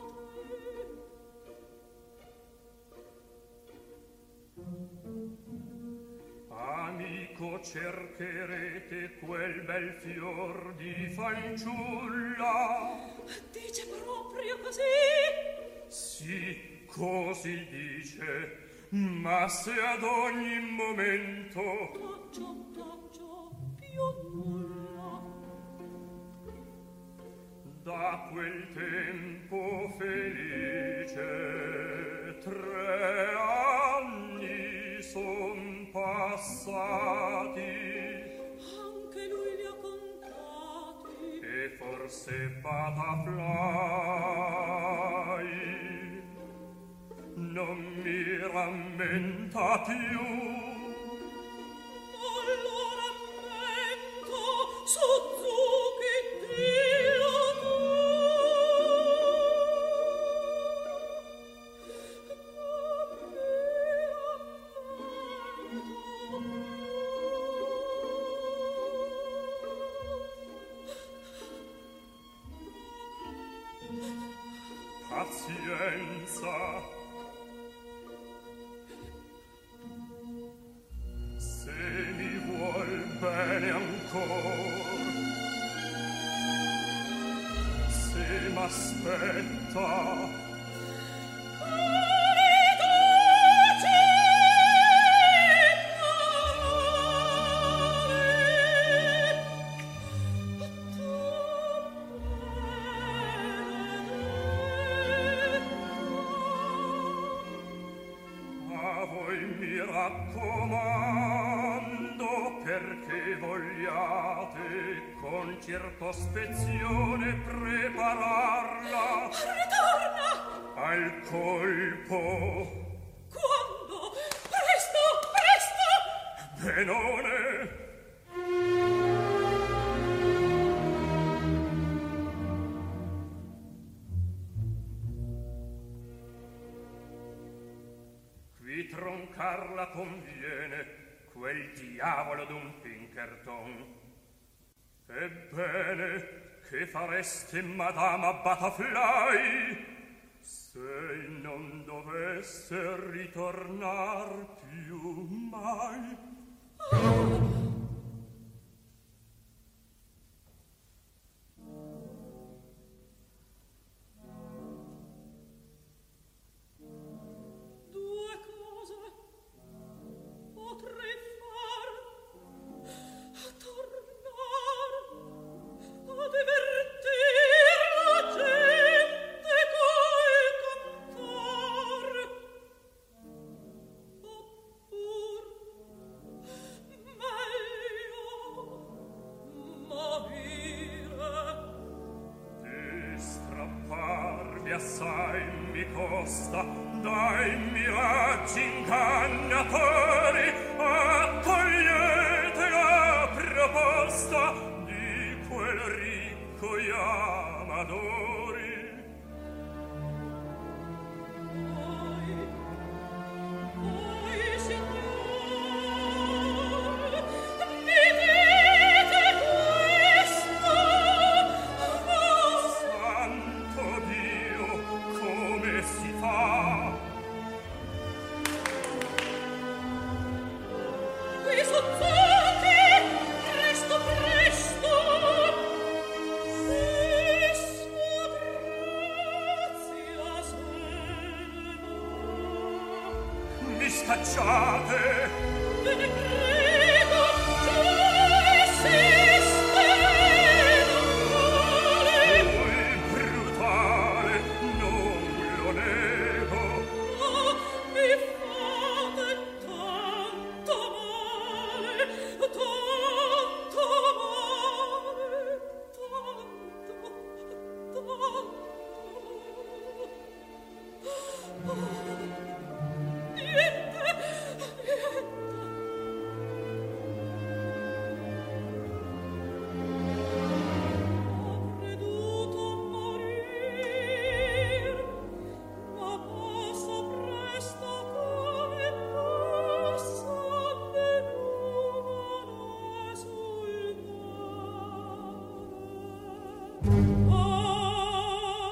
Amico, cercherete quel bel fior di fanciulla. Dice proprio così? Sì, così dice, ma se ad ogni momento Taggio, taggio, più nulla. da quel tempo felice tre anni son passati, anche lui li ha contati, e forse Butterfly non mi rammenta più. non lo rammento, Suzuki, Dio tu. Pazienza, se mi vuol bene ancor, se m'aspetta, a voi mi raccomando, perché vogliate con circospezione prepararla. Ritorna! Al colpo. Quando? Presto, presto! Benone. Qui troncarla conviene, quel diavolo d'un Pinkerton. Ebbene, che fareste, Madama Butterfly, se non dovesse ritornar più mai? Due cose potrei far: tornar a divertir la gente coi cantar, oppur meglio morire. Di strapparvi assai mi costa dai miraggi ingannatori, accogliete la proposta di quel ricco Yamadori. Poi, poi, signor, mi dite questo, oh, Santo Dio, come si fa? qui Suzuki, presto, presto, e sua grazia se ne va. Mi scacciate? Ve ne prego, giù esiste l'amore. Voi brutale, non lo nego. Oh, mi fate tanto male, tanto male, tanto, tanto. Niente, niente. Ho creduto morir, ma passa presto come passano le nuvole sul mare. Ah,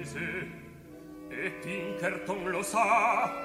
paese, e Pinkerton lo sa.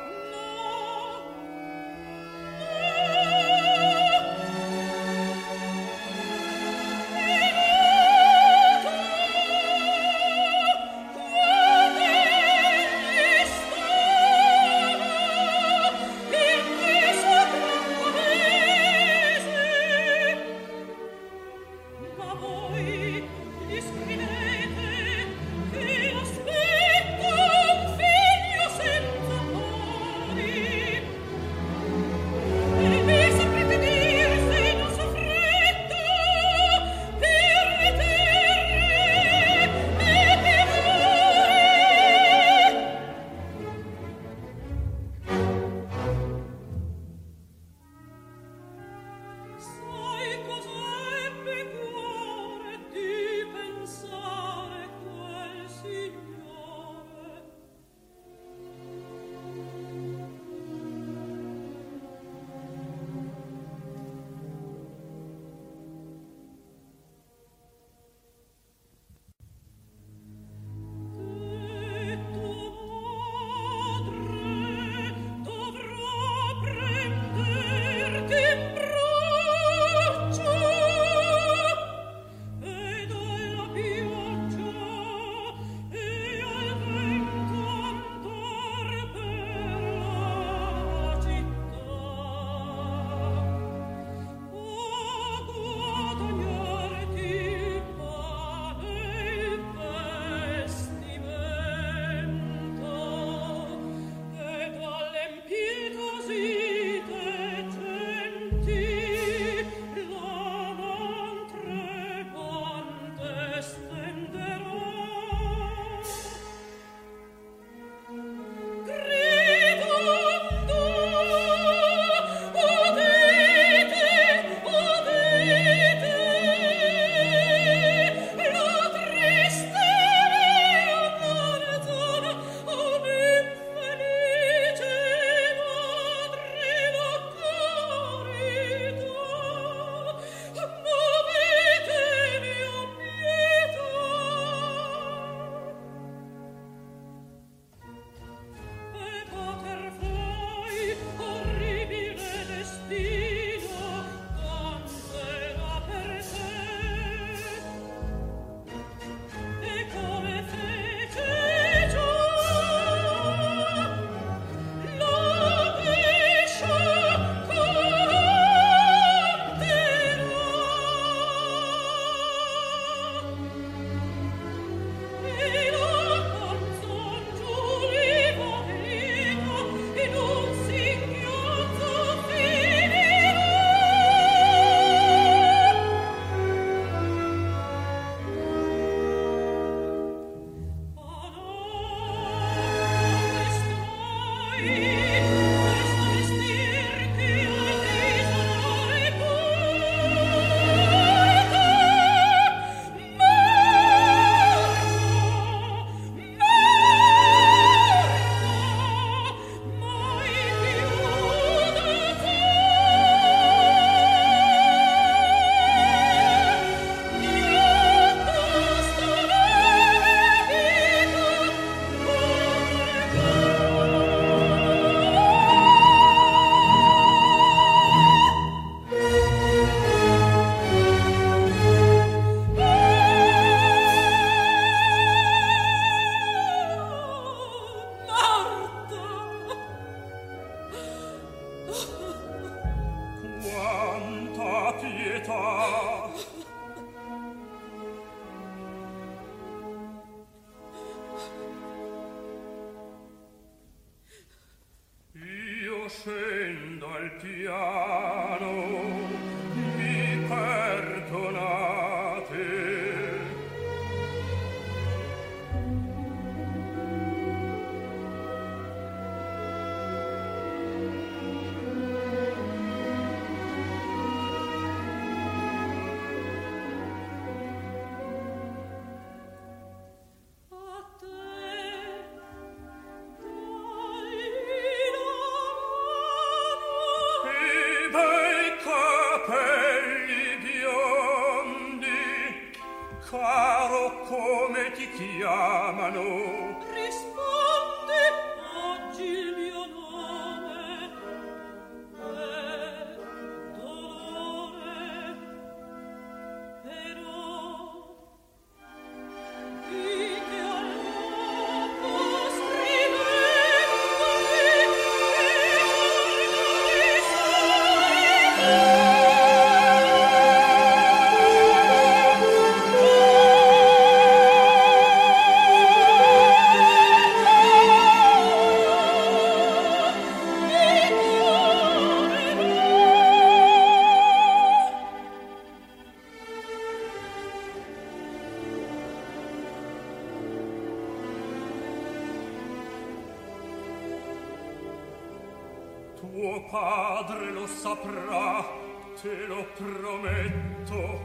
Scendo al piano, mi perdonate. A te, dai la mano. Caro, come ti chiamano? Rispondi, oggi il mio nome è Dolore. Però dite all'uomo scrivendomi tuo padre lo saprà, te lo prometto.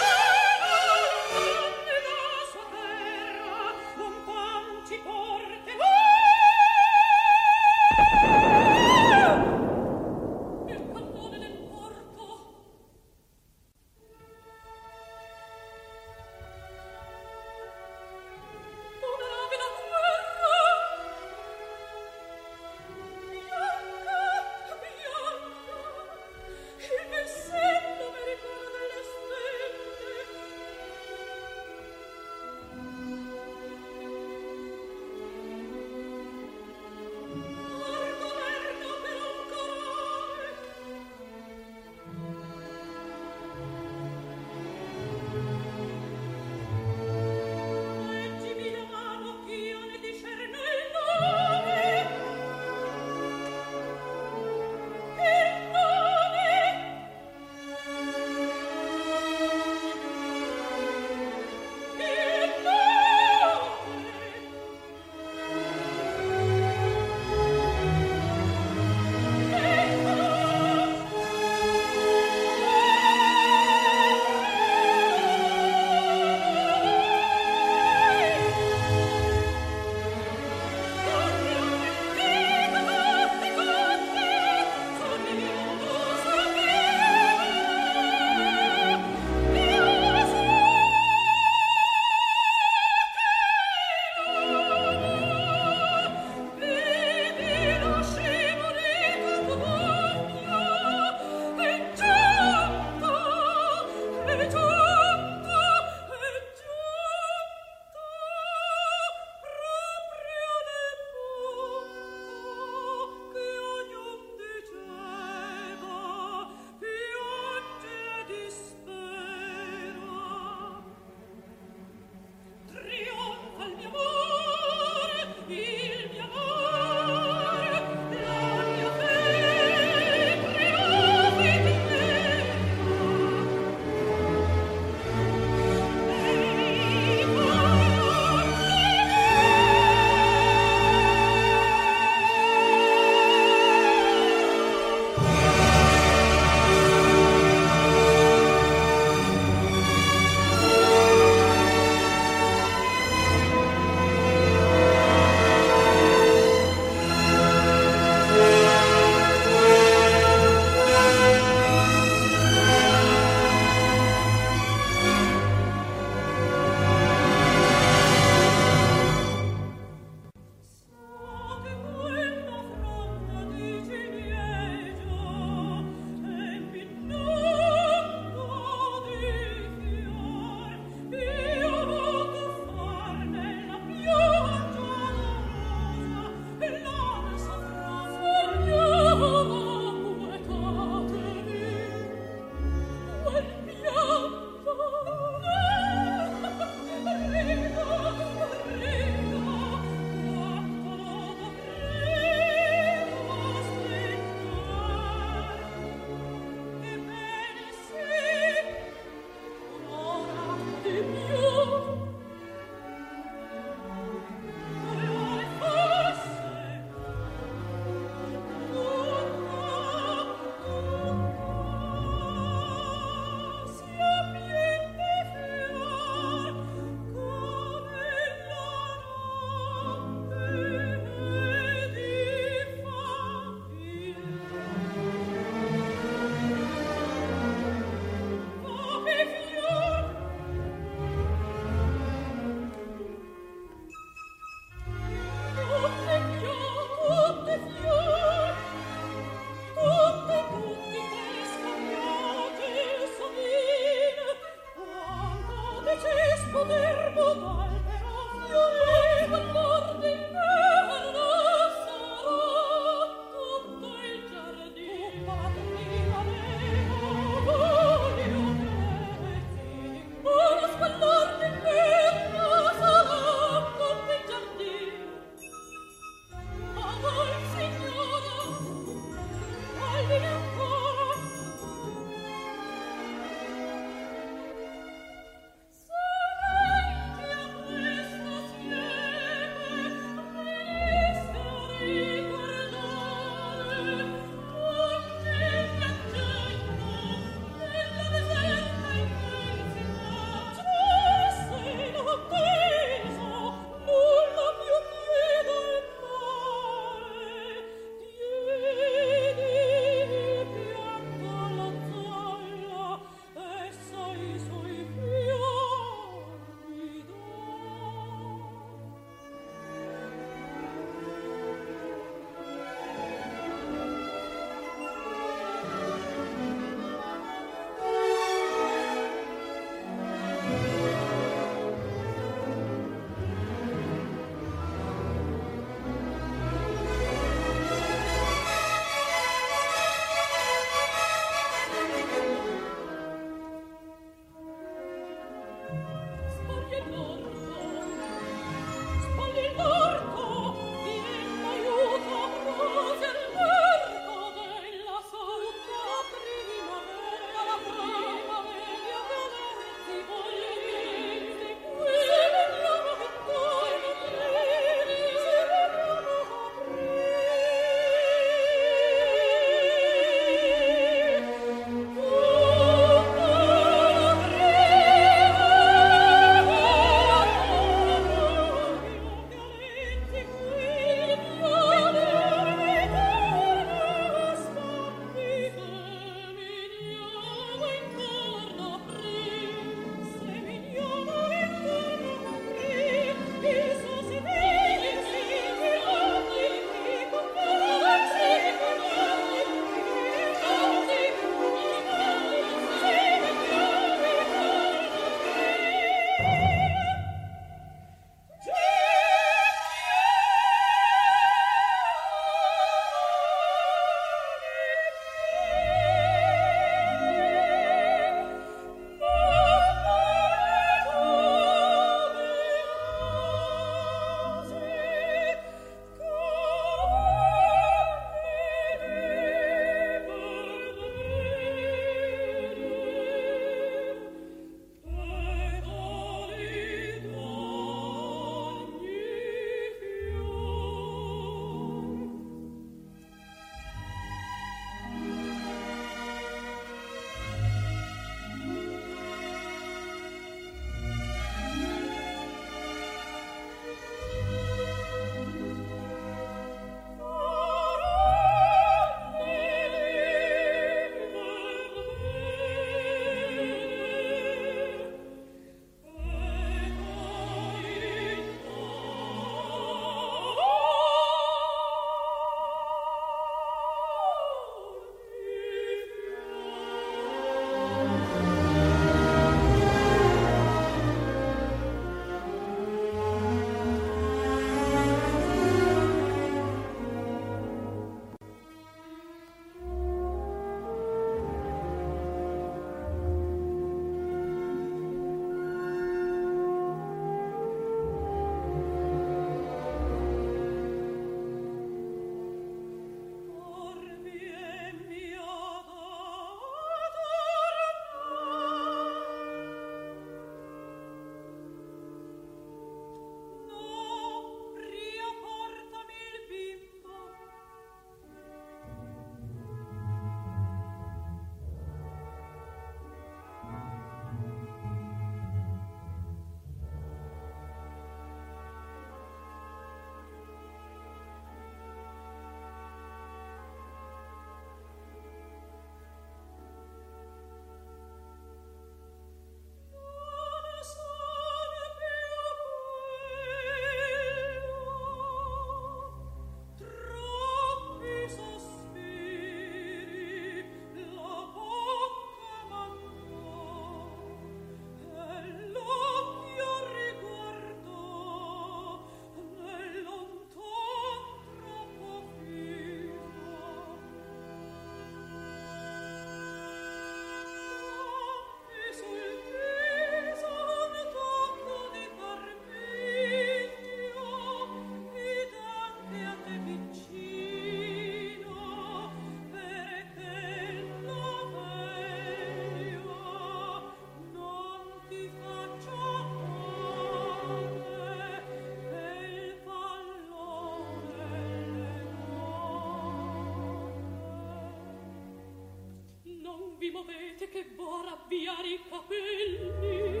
vi muovete che vo' ravviare i capelli?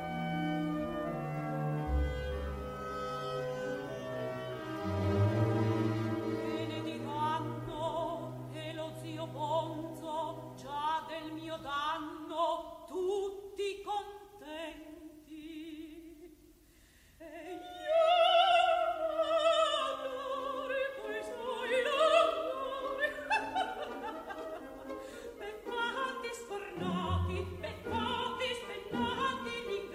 E ne diranno che lo zio Ponzo già del mio danno tutti contenti. E io l'amore coi suoi amori beccati scornati, beccati spennati,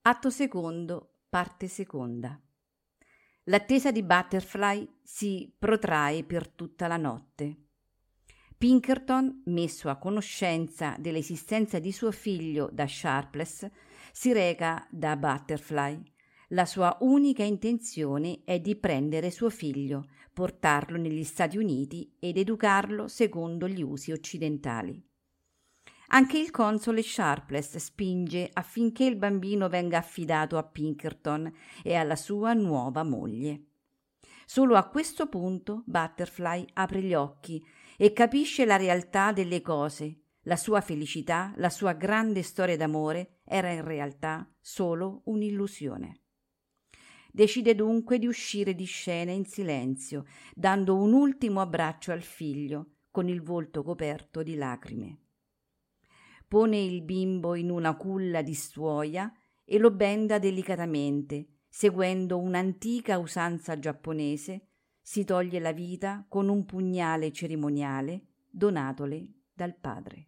Atto secondo, parte seconda. L'attesa di Butterfly si protrae per tutta la notte. Pinkerton, messo a conoscenza dell'esistenza di suo figlio da Sharpless, si reca da Butterfly. La sua unica intenzione è di prendere suo figlio, portarlo negli Stati Uniti ed educarlo secondo gli usi occidentali. Anche il console Sharpless spinge affinché il bambino venga affidato a Pinkerton e alla sua nuova moglie. Solo a questo punto Butterfly apre gli occhi e capisce la realtà delle cose. La sua felicità, la sua grande storia d'amore era in realtà solo un'illusione. Decide dunque di uscire di scena in silenzio, dando un ultimo abbraccio al figlio, con il volto coperto di lacrime. Pone il bimbo in una culla di stuoia e lo benda delicatamente, seguendo un'antica usanza giapponese, si toglie la vita con un pugnale cerimoniale donatole dal padre.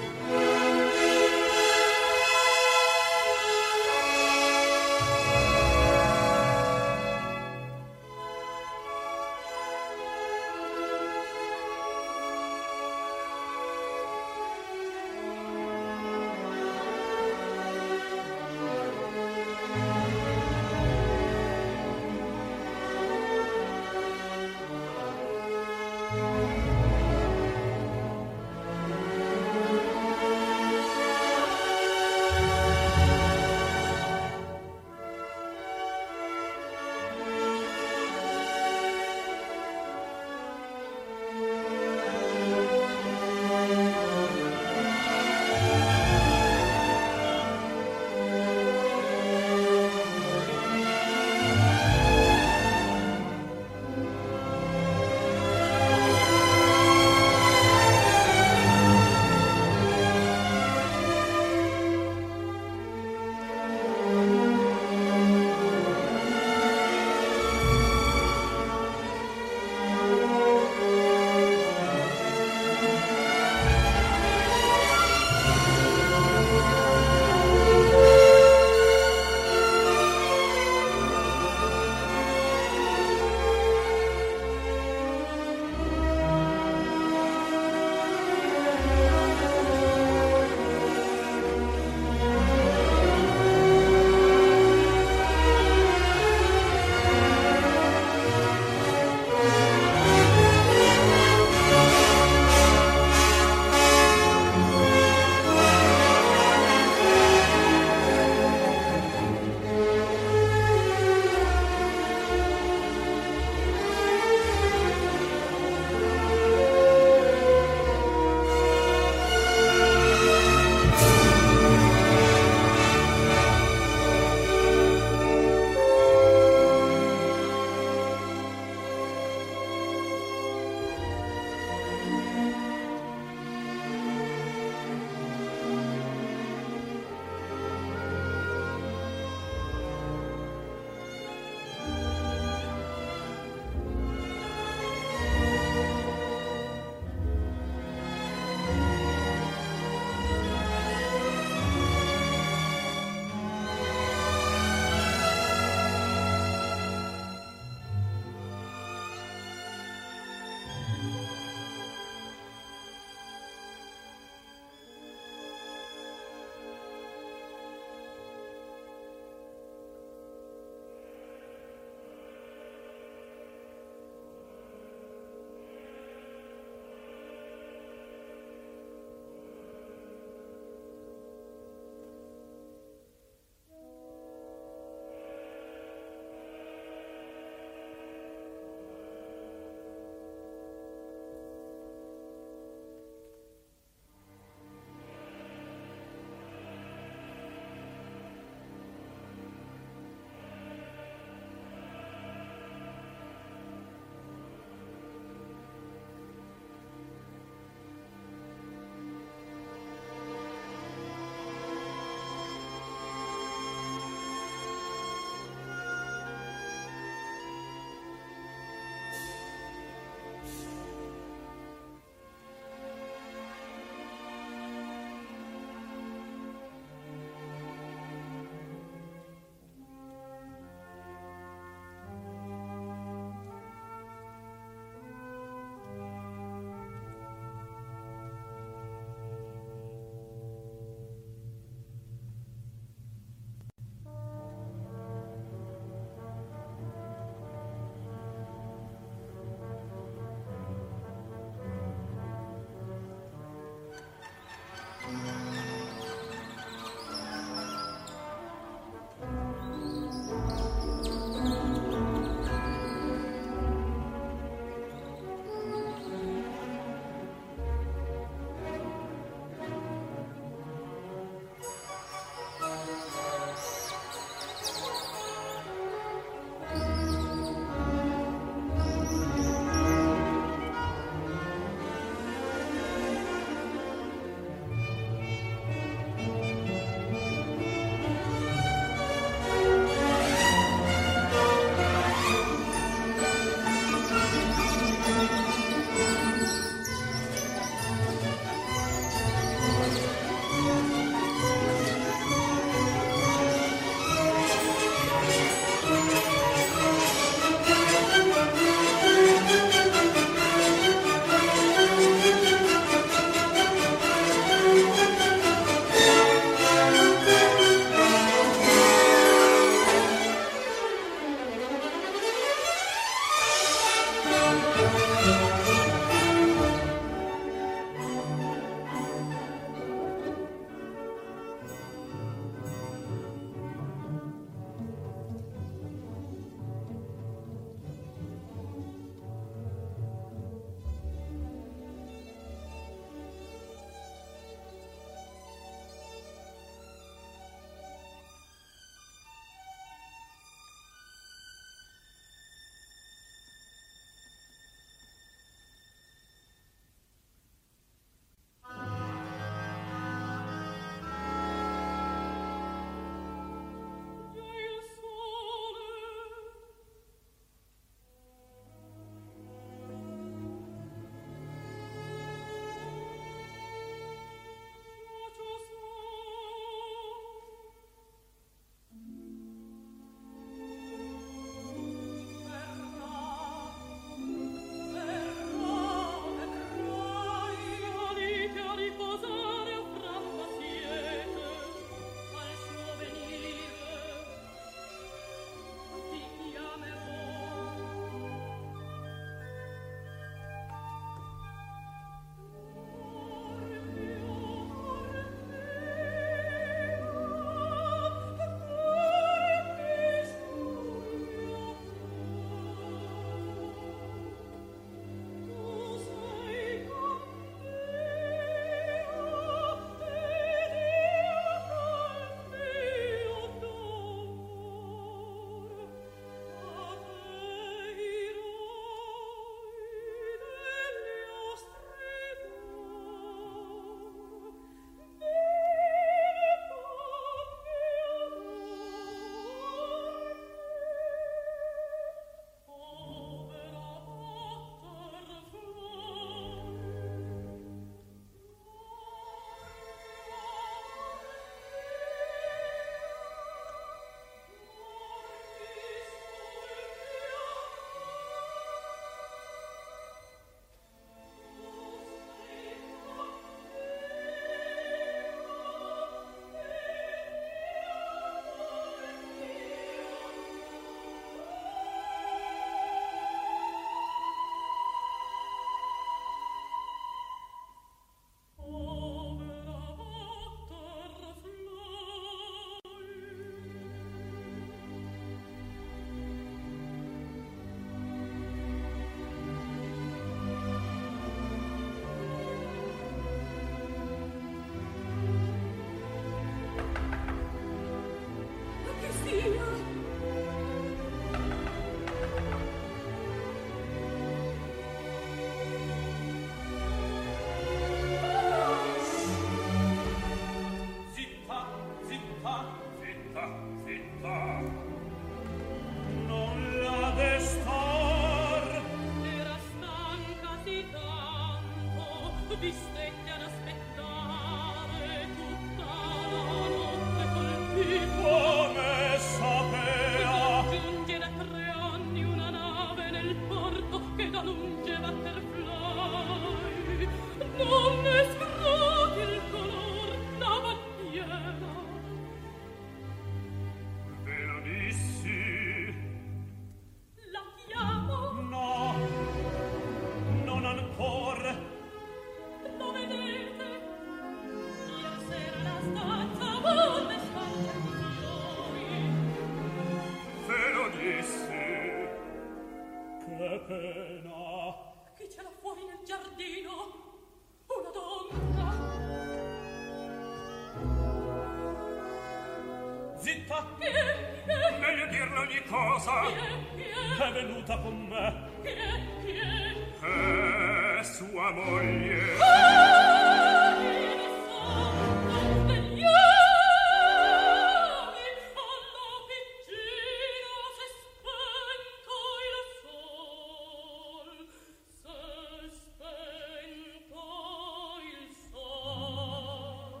venuta? Chi è? Chi è? Meglio dirle ogni cosa. Chi è? Chi è? È venuta con me. Chi è? Chi è? È sua moglie. Ah, il santo degli anni, alla piccina s'è spento il sol, s'è spento il sol.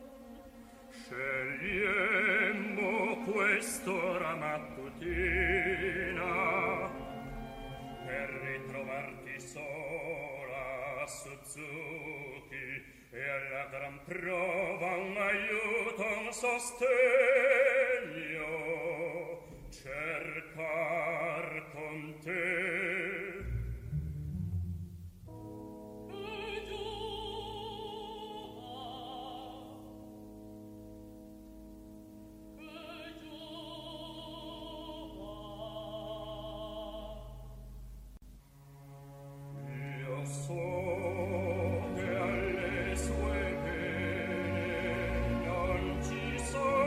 Scegliemmo quest'ora mattutina per ritrovarti sola, Suzuki, e alla gran prova un aiuto, un sostegno cercar con te. E giova, e giova. Io so che alle sue pene non ci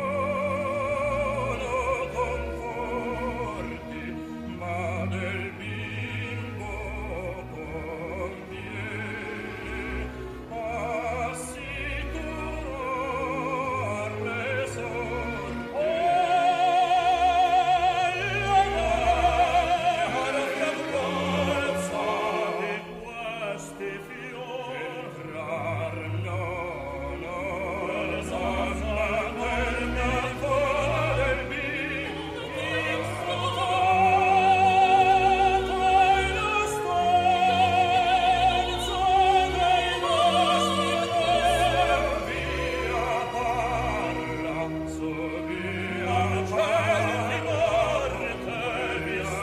sono conforti, ma del bimbo conviene assicurarle sorte. Oh, la fiamma di questi fiori entrar no, no, zanna del calcolo del bimbo tra la stanza dei nostri via parla, so via parla, via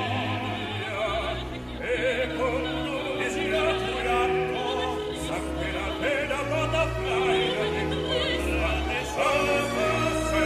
e conduci a Turacco, sa che la pena vada flaina di corsa e salva se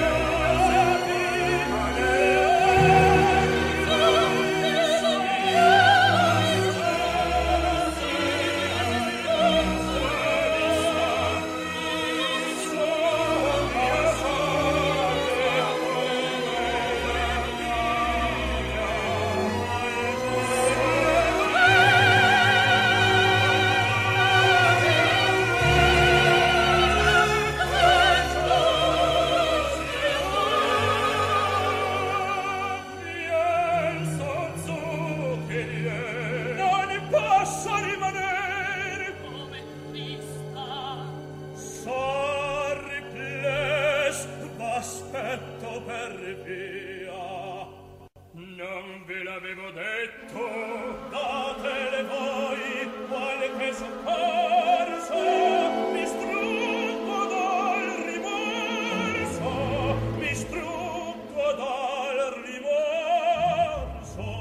non posso rimanere. Come trista, Sorry, please, v'aspetto per via. Non ve l'avevo detto, datele voi qualche soccorso, mi struggo dal rimorso, mi struggo dal rimorso.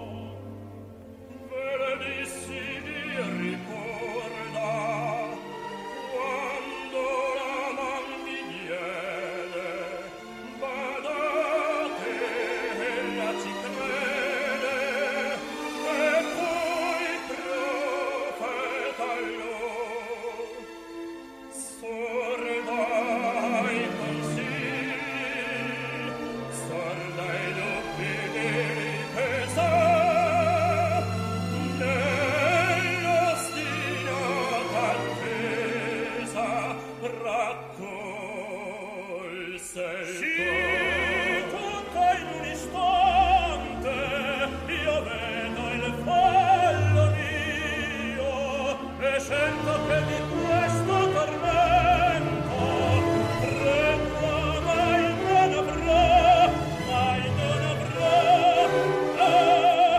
Ve le dissi di ricorda quando la man mi diede, badate, ella ci crede, e poi profeta allor, sorda ai consigli, sorda ai dubbi di difesa, nell'ostinata attesa raccolse il tutto in un istante io vedo il fallo mio e sento che di questo tormento tremo, mai non avrò, mai non avrò. Ah!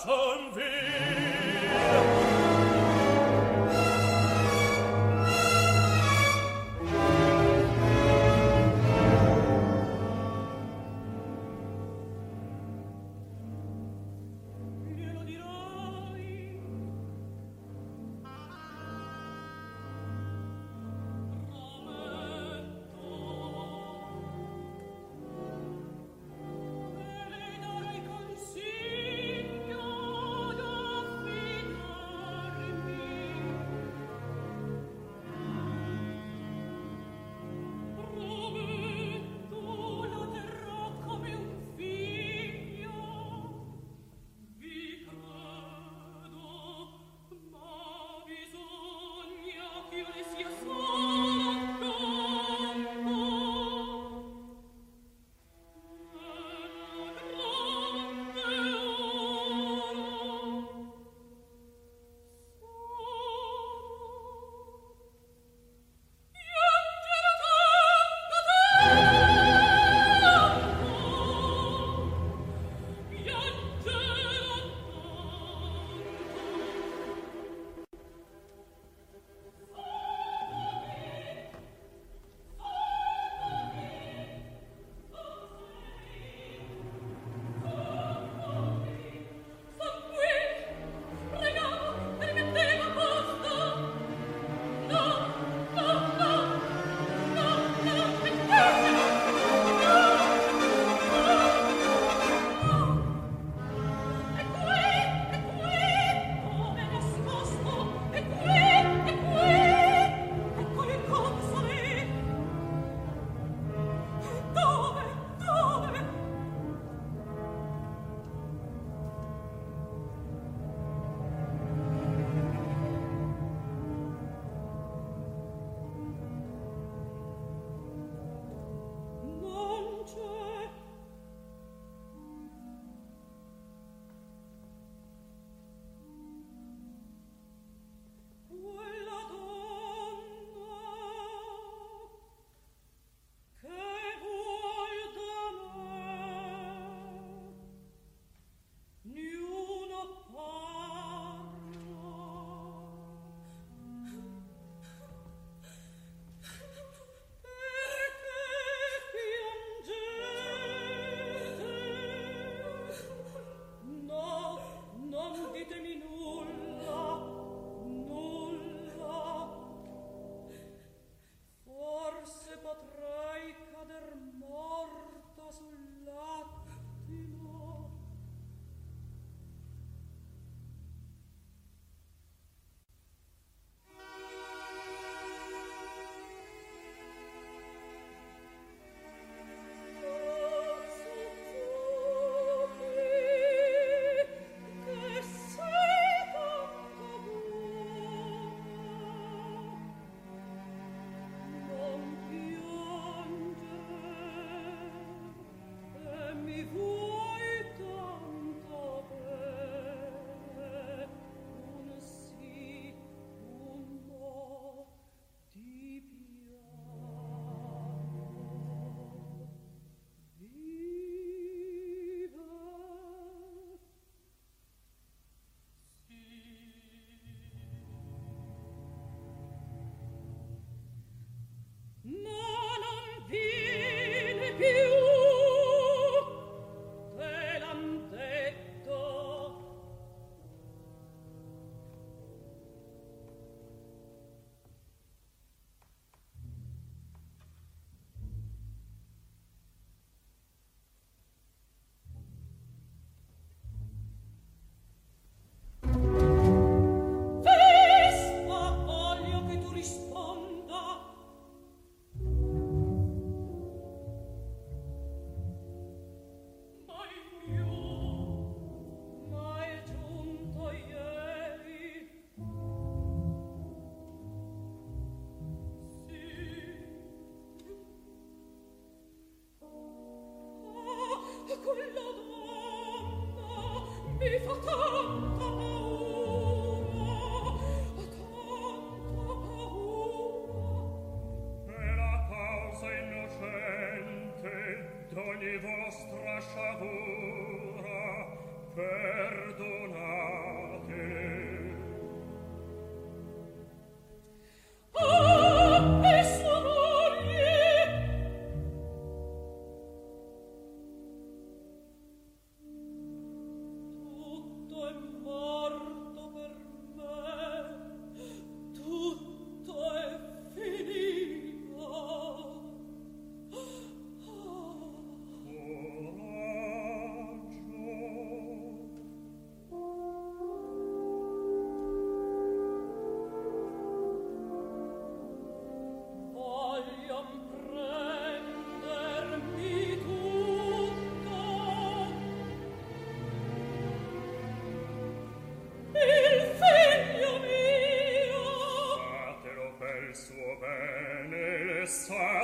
son wir. Consiglio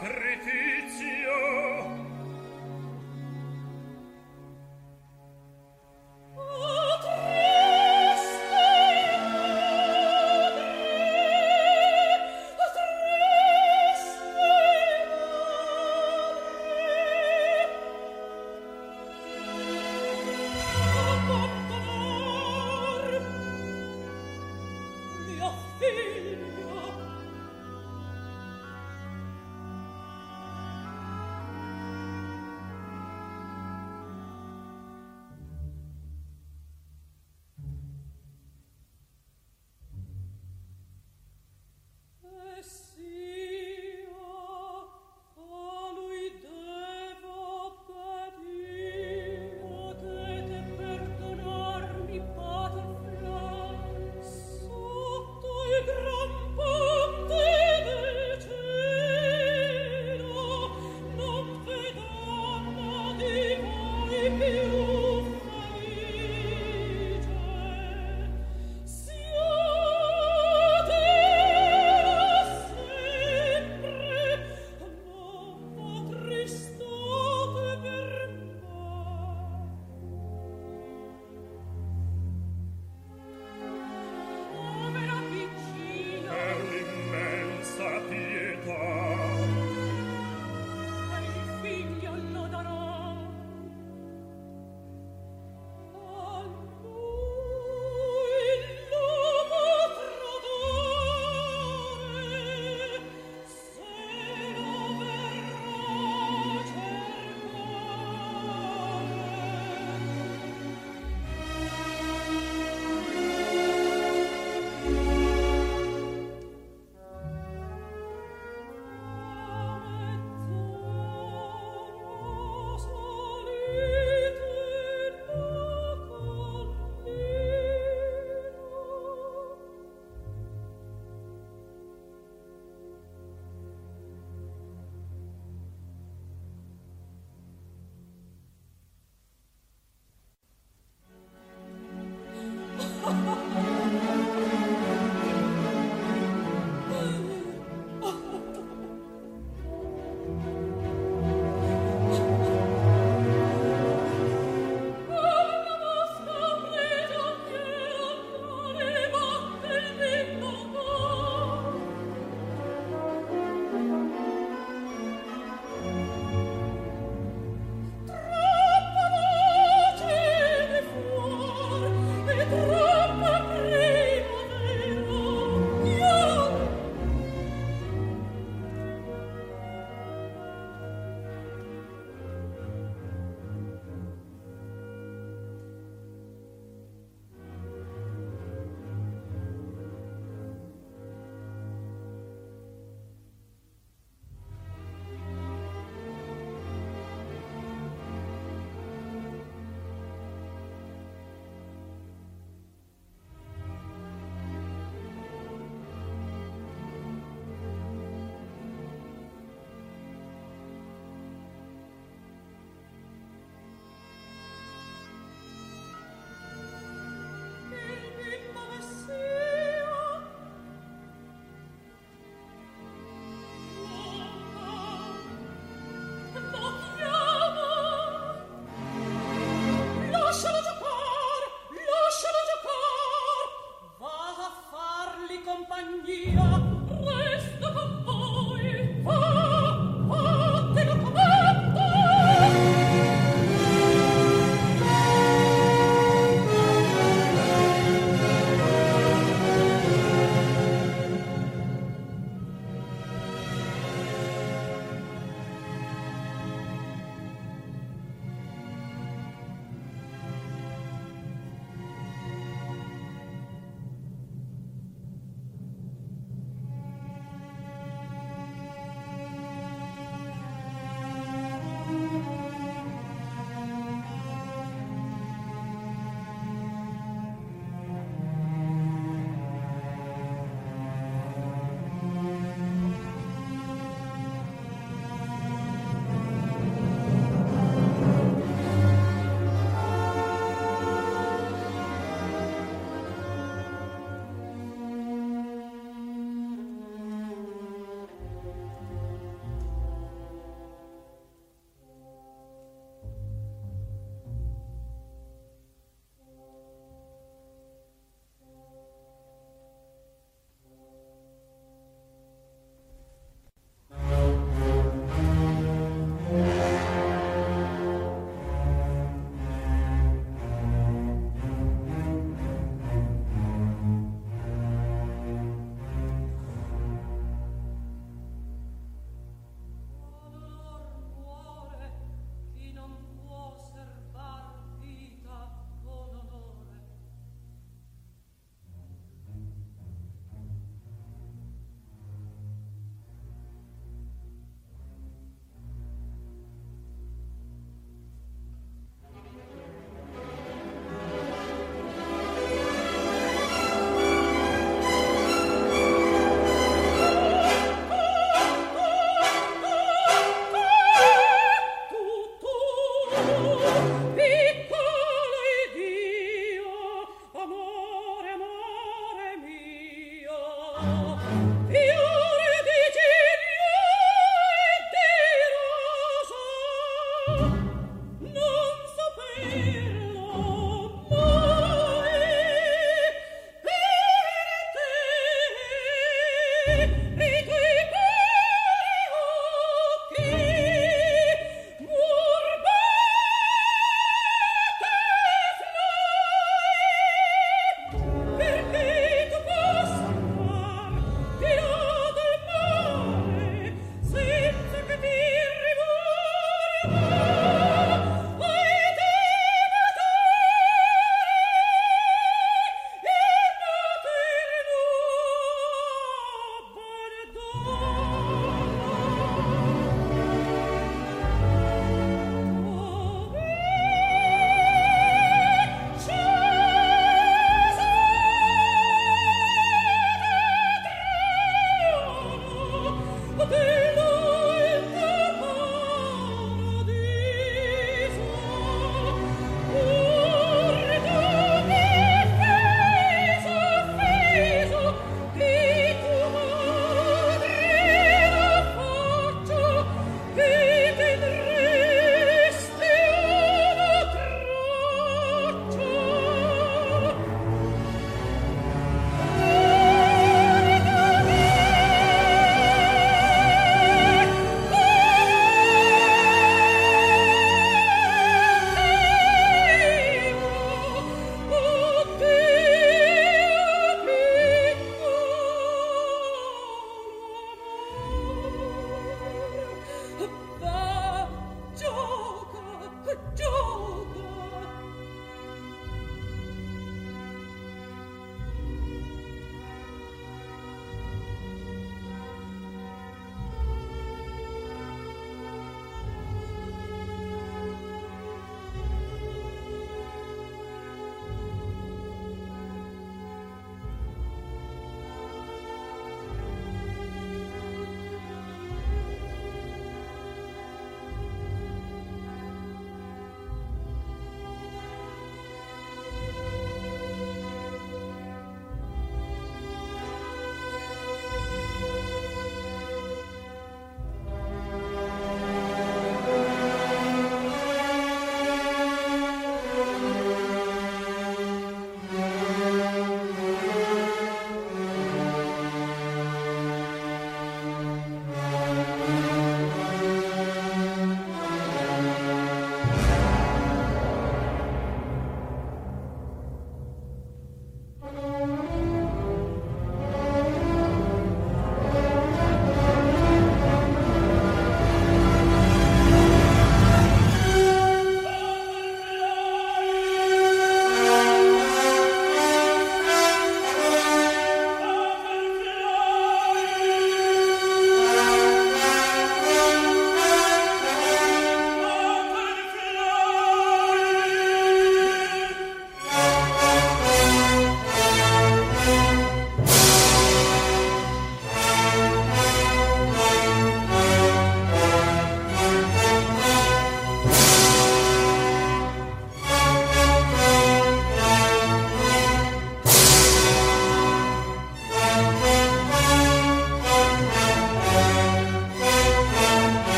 Patrizio.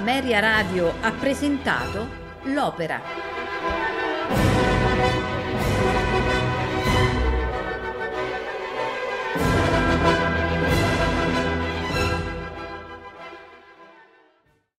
Ameria Radio ha presentato L'Opera.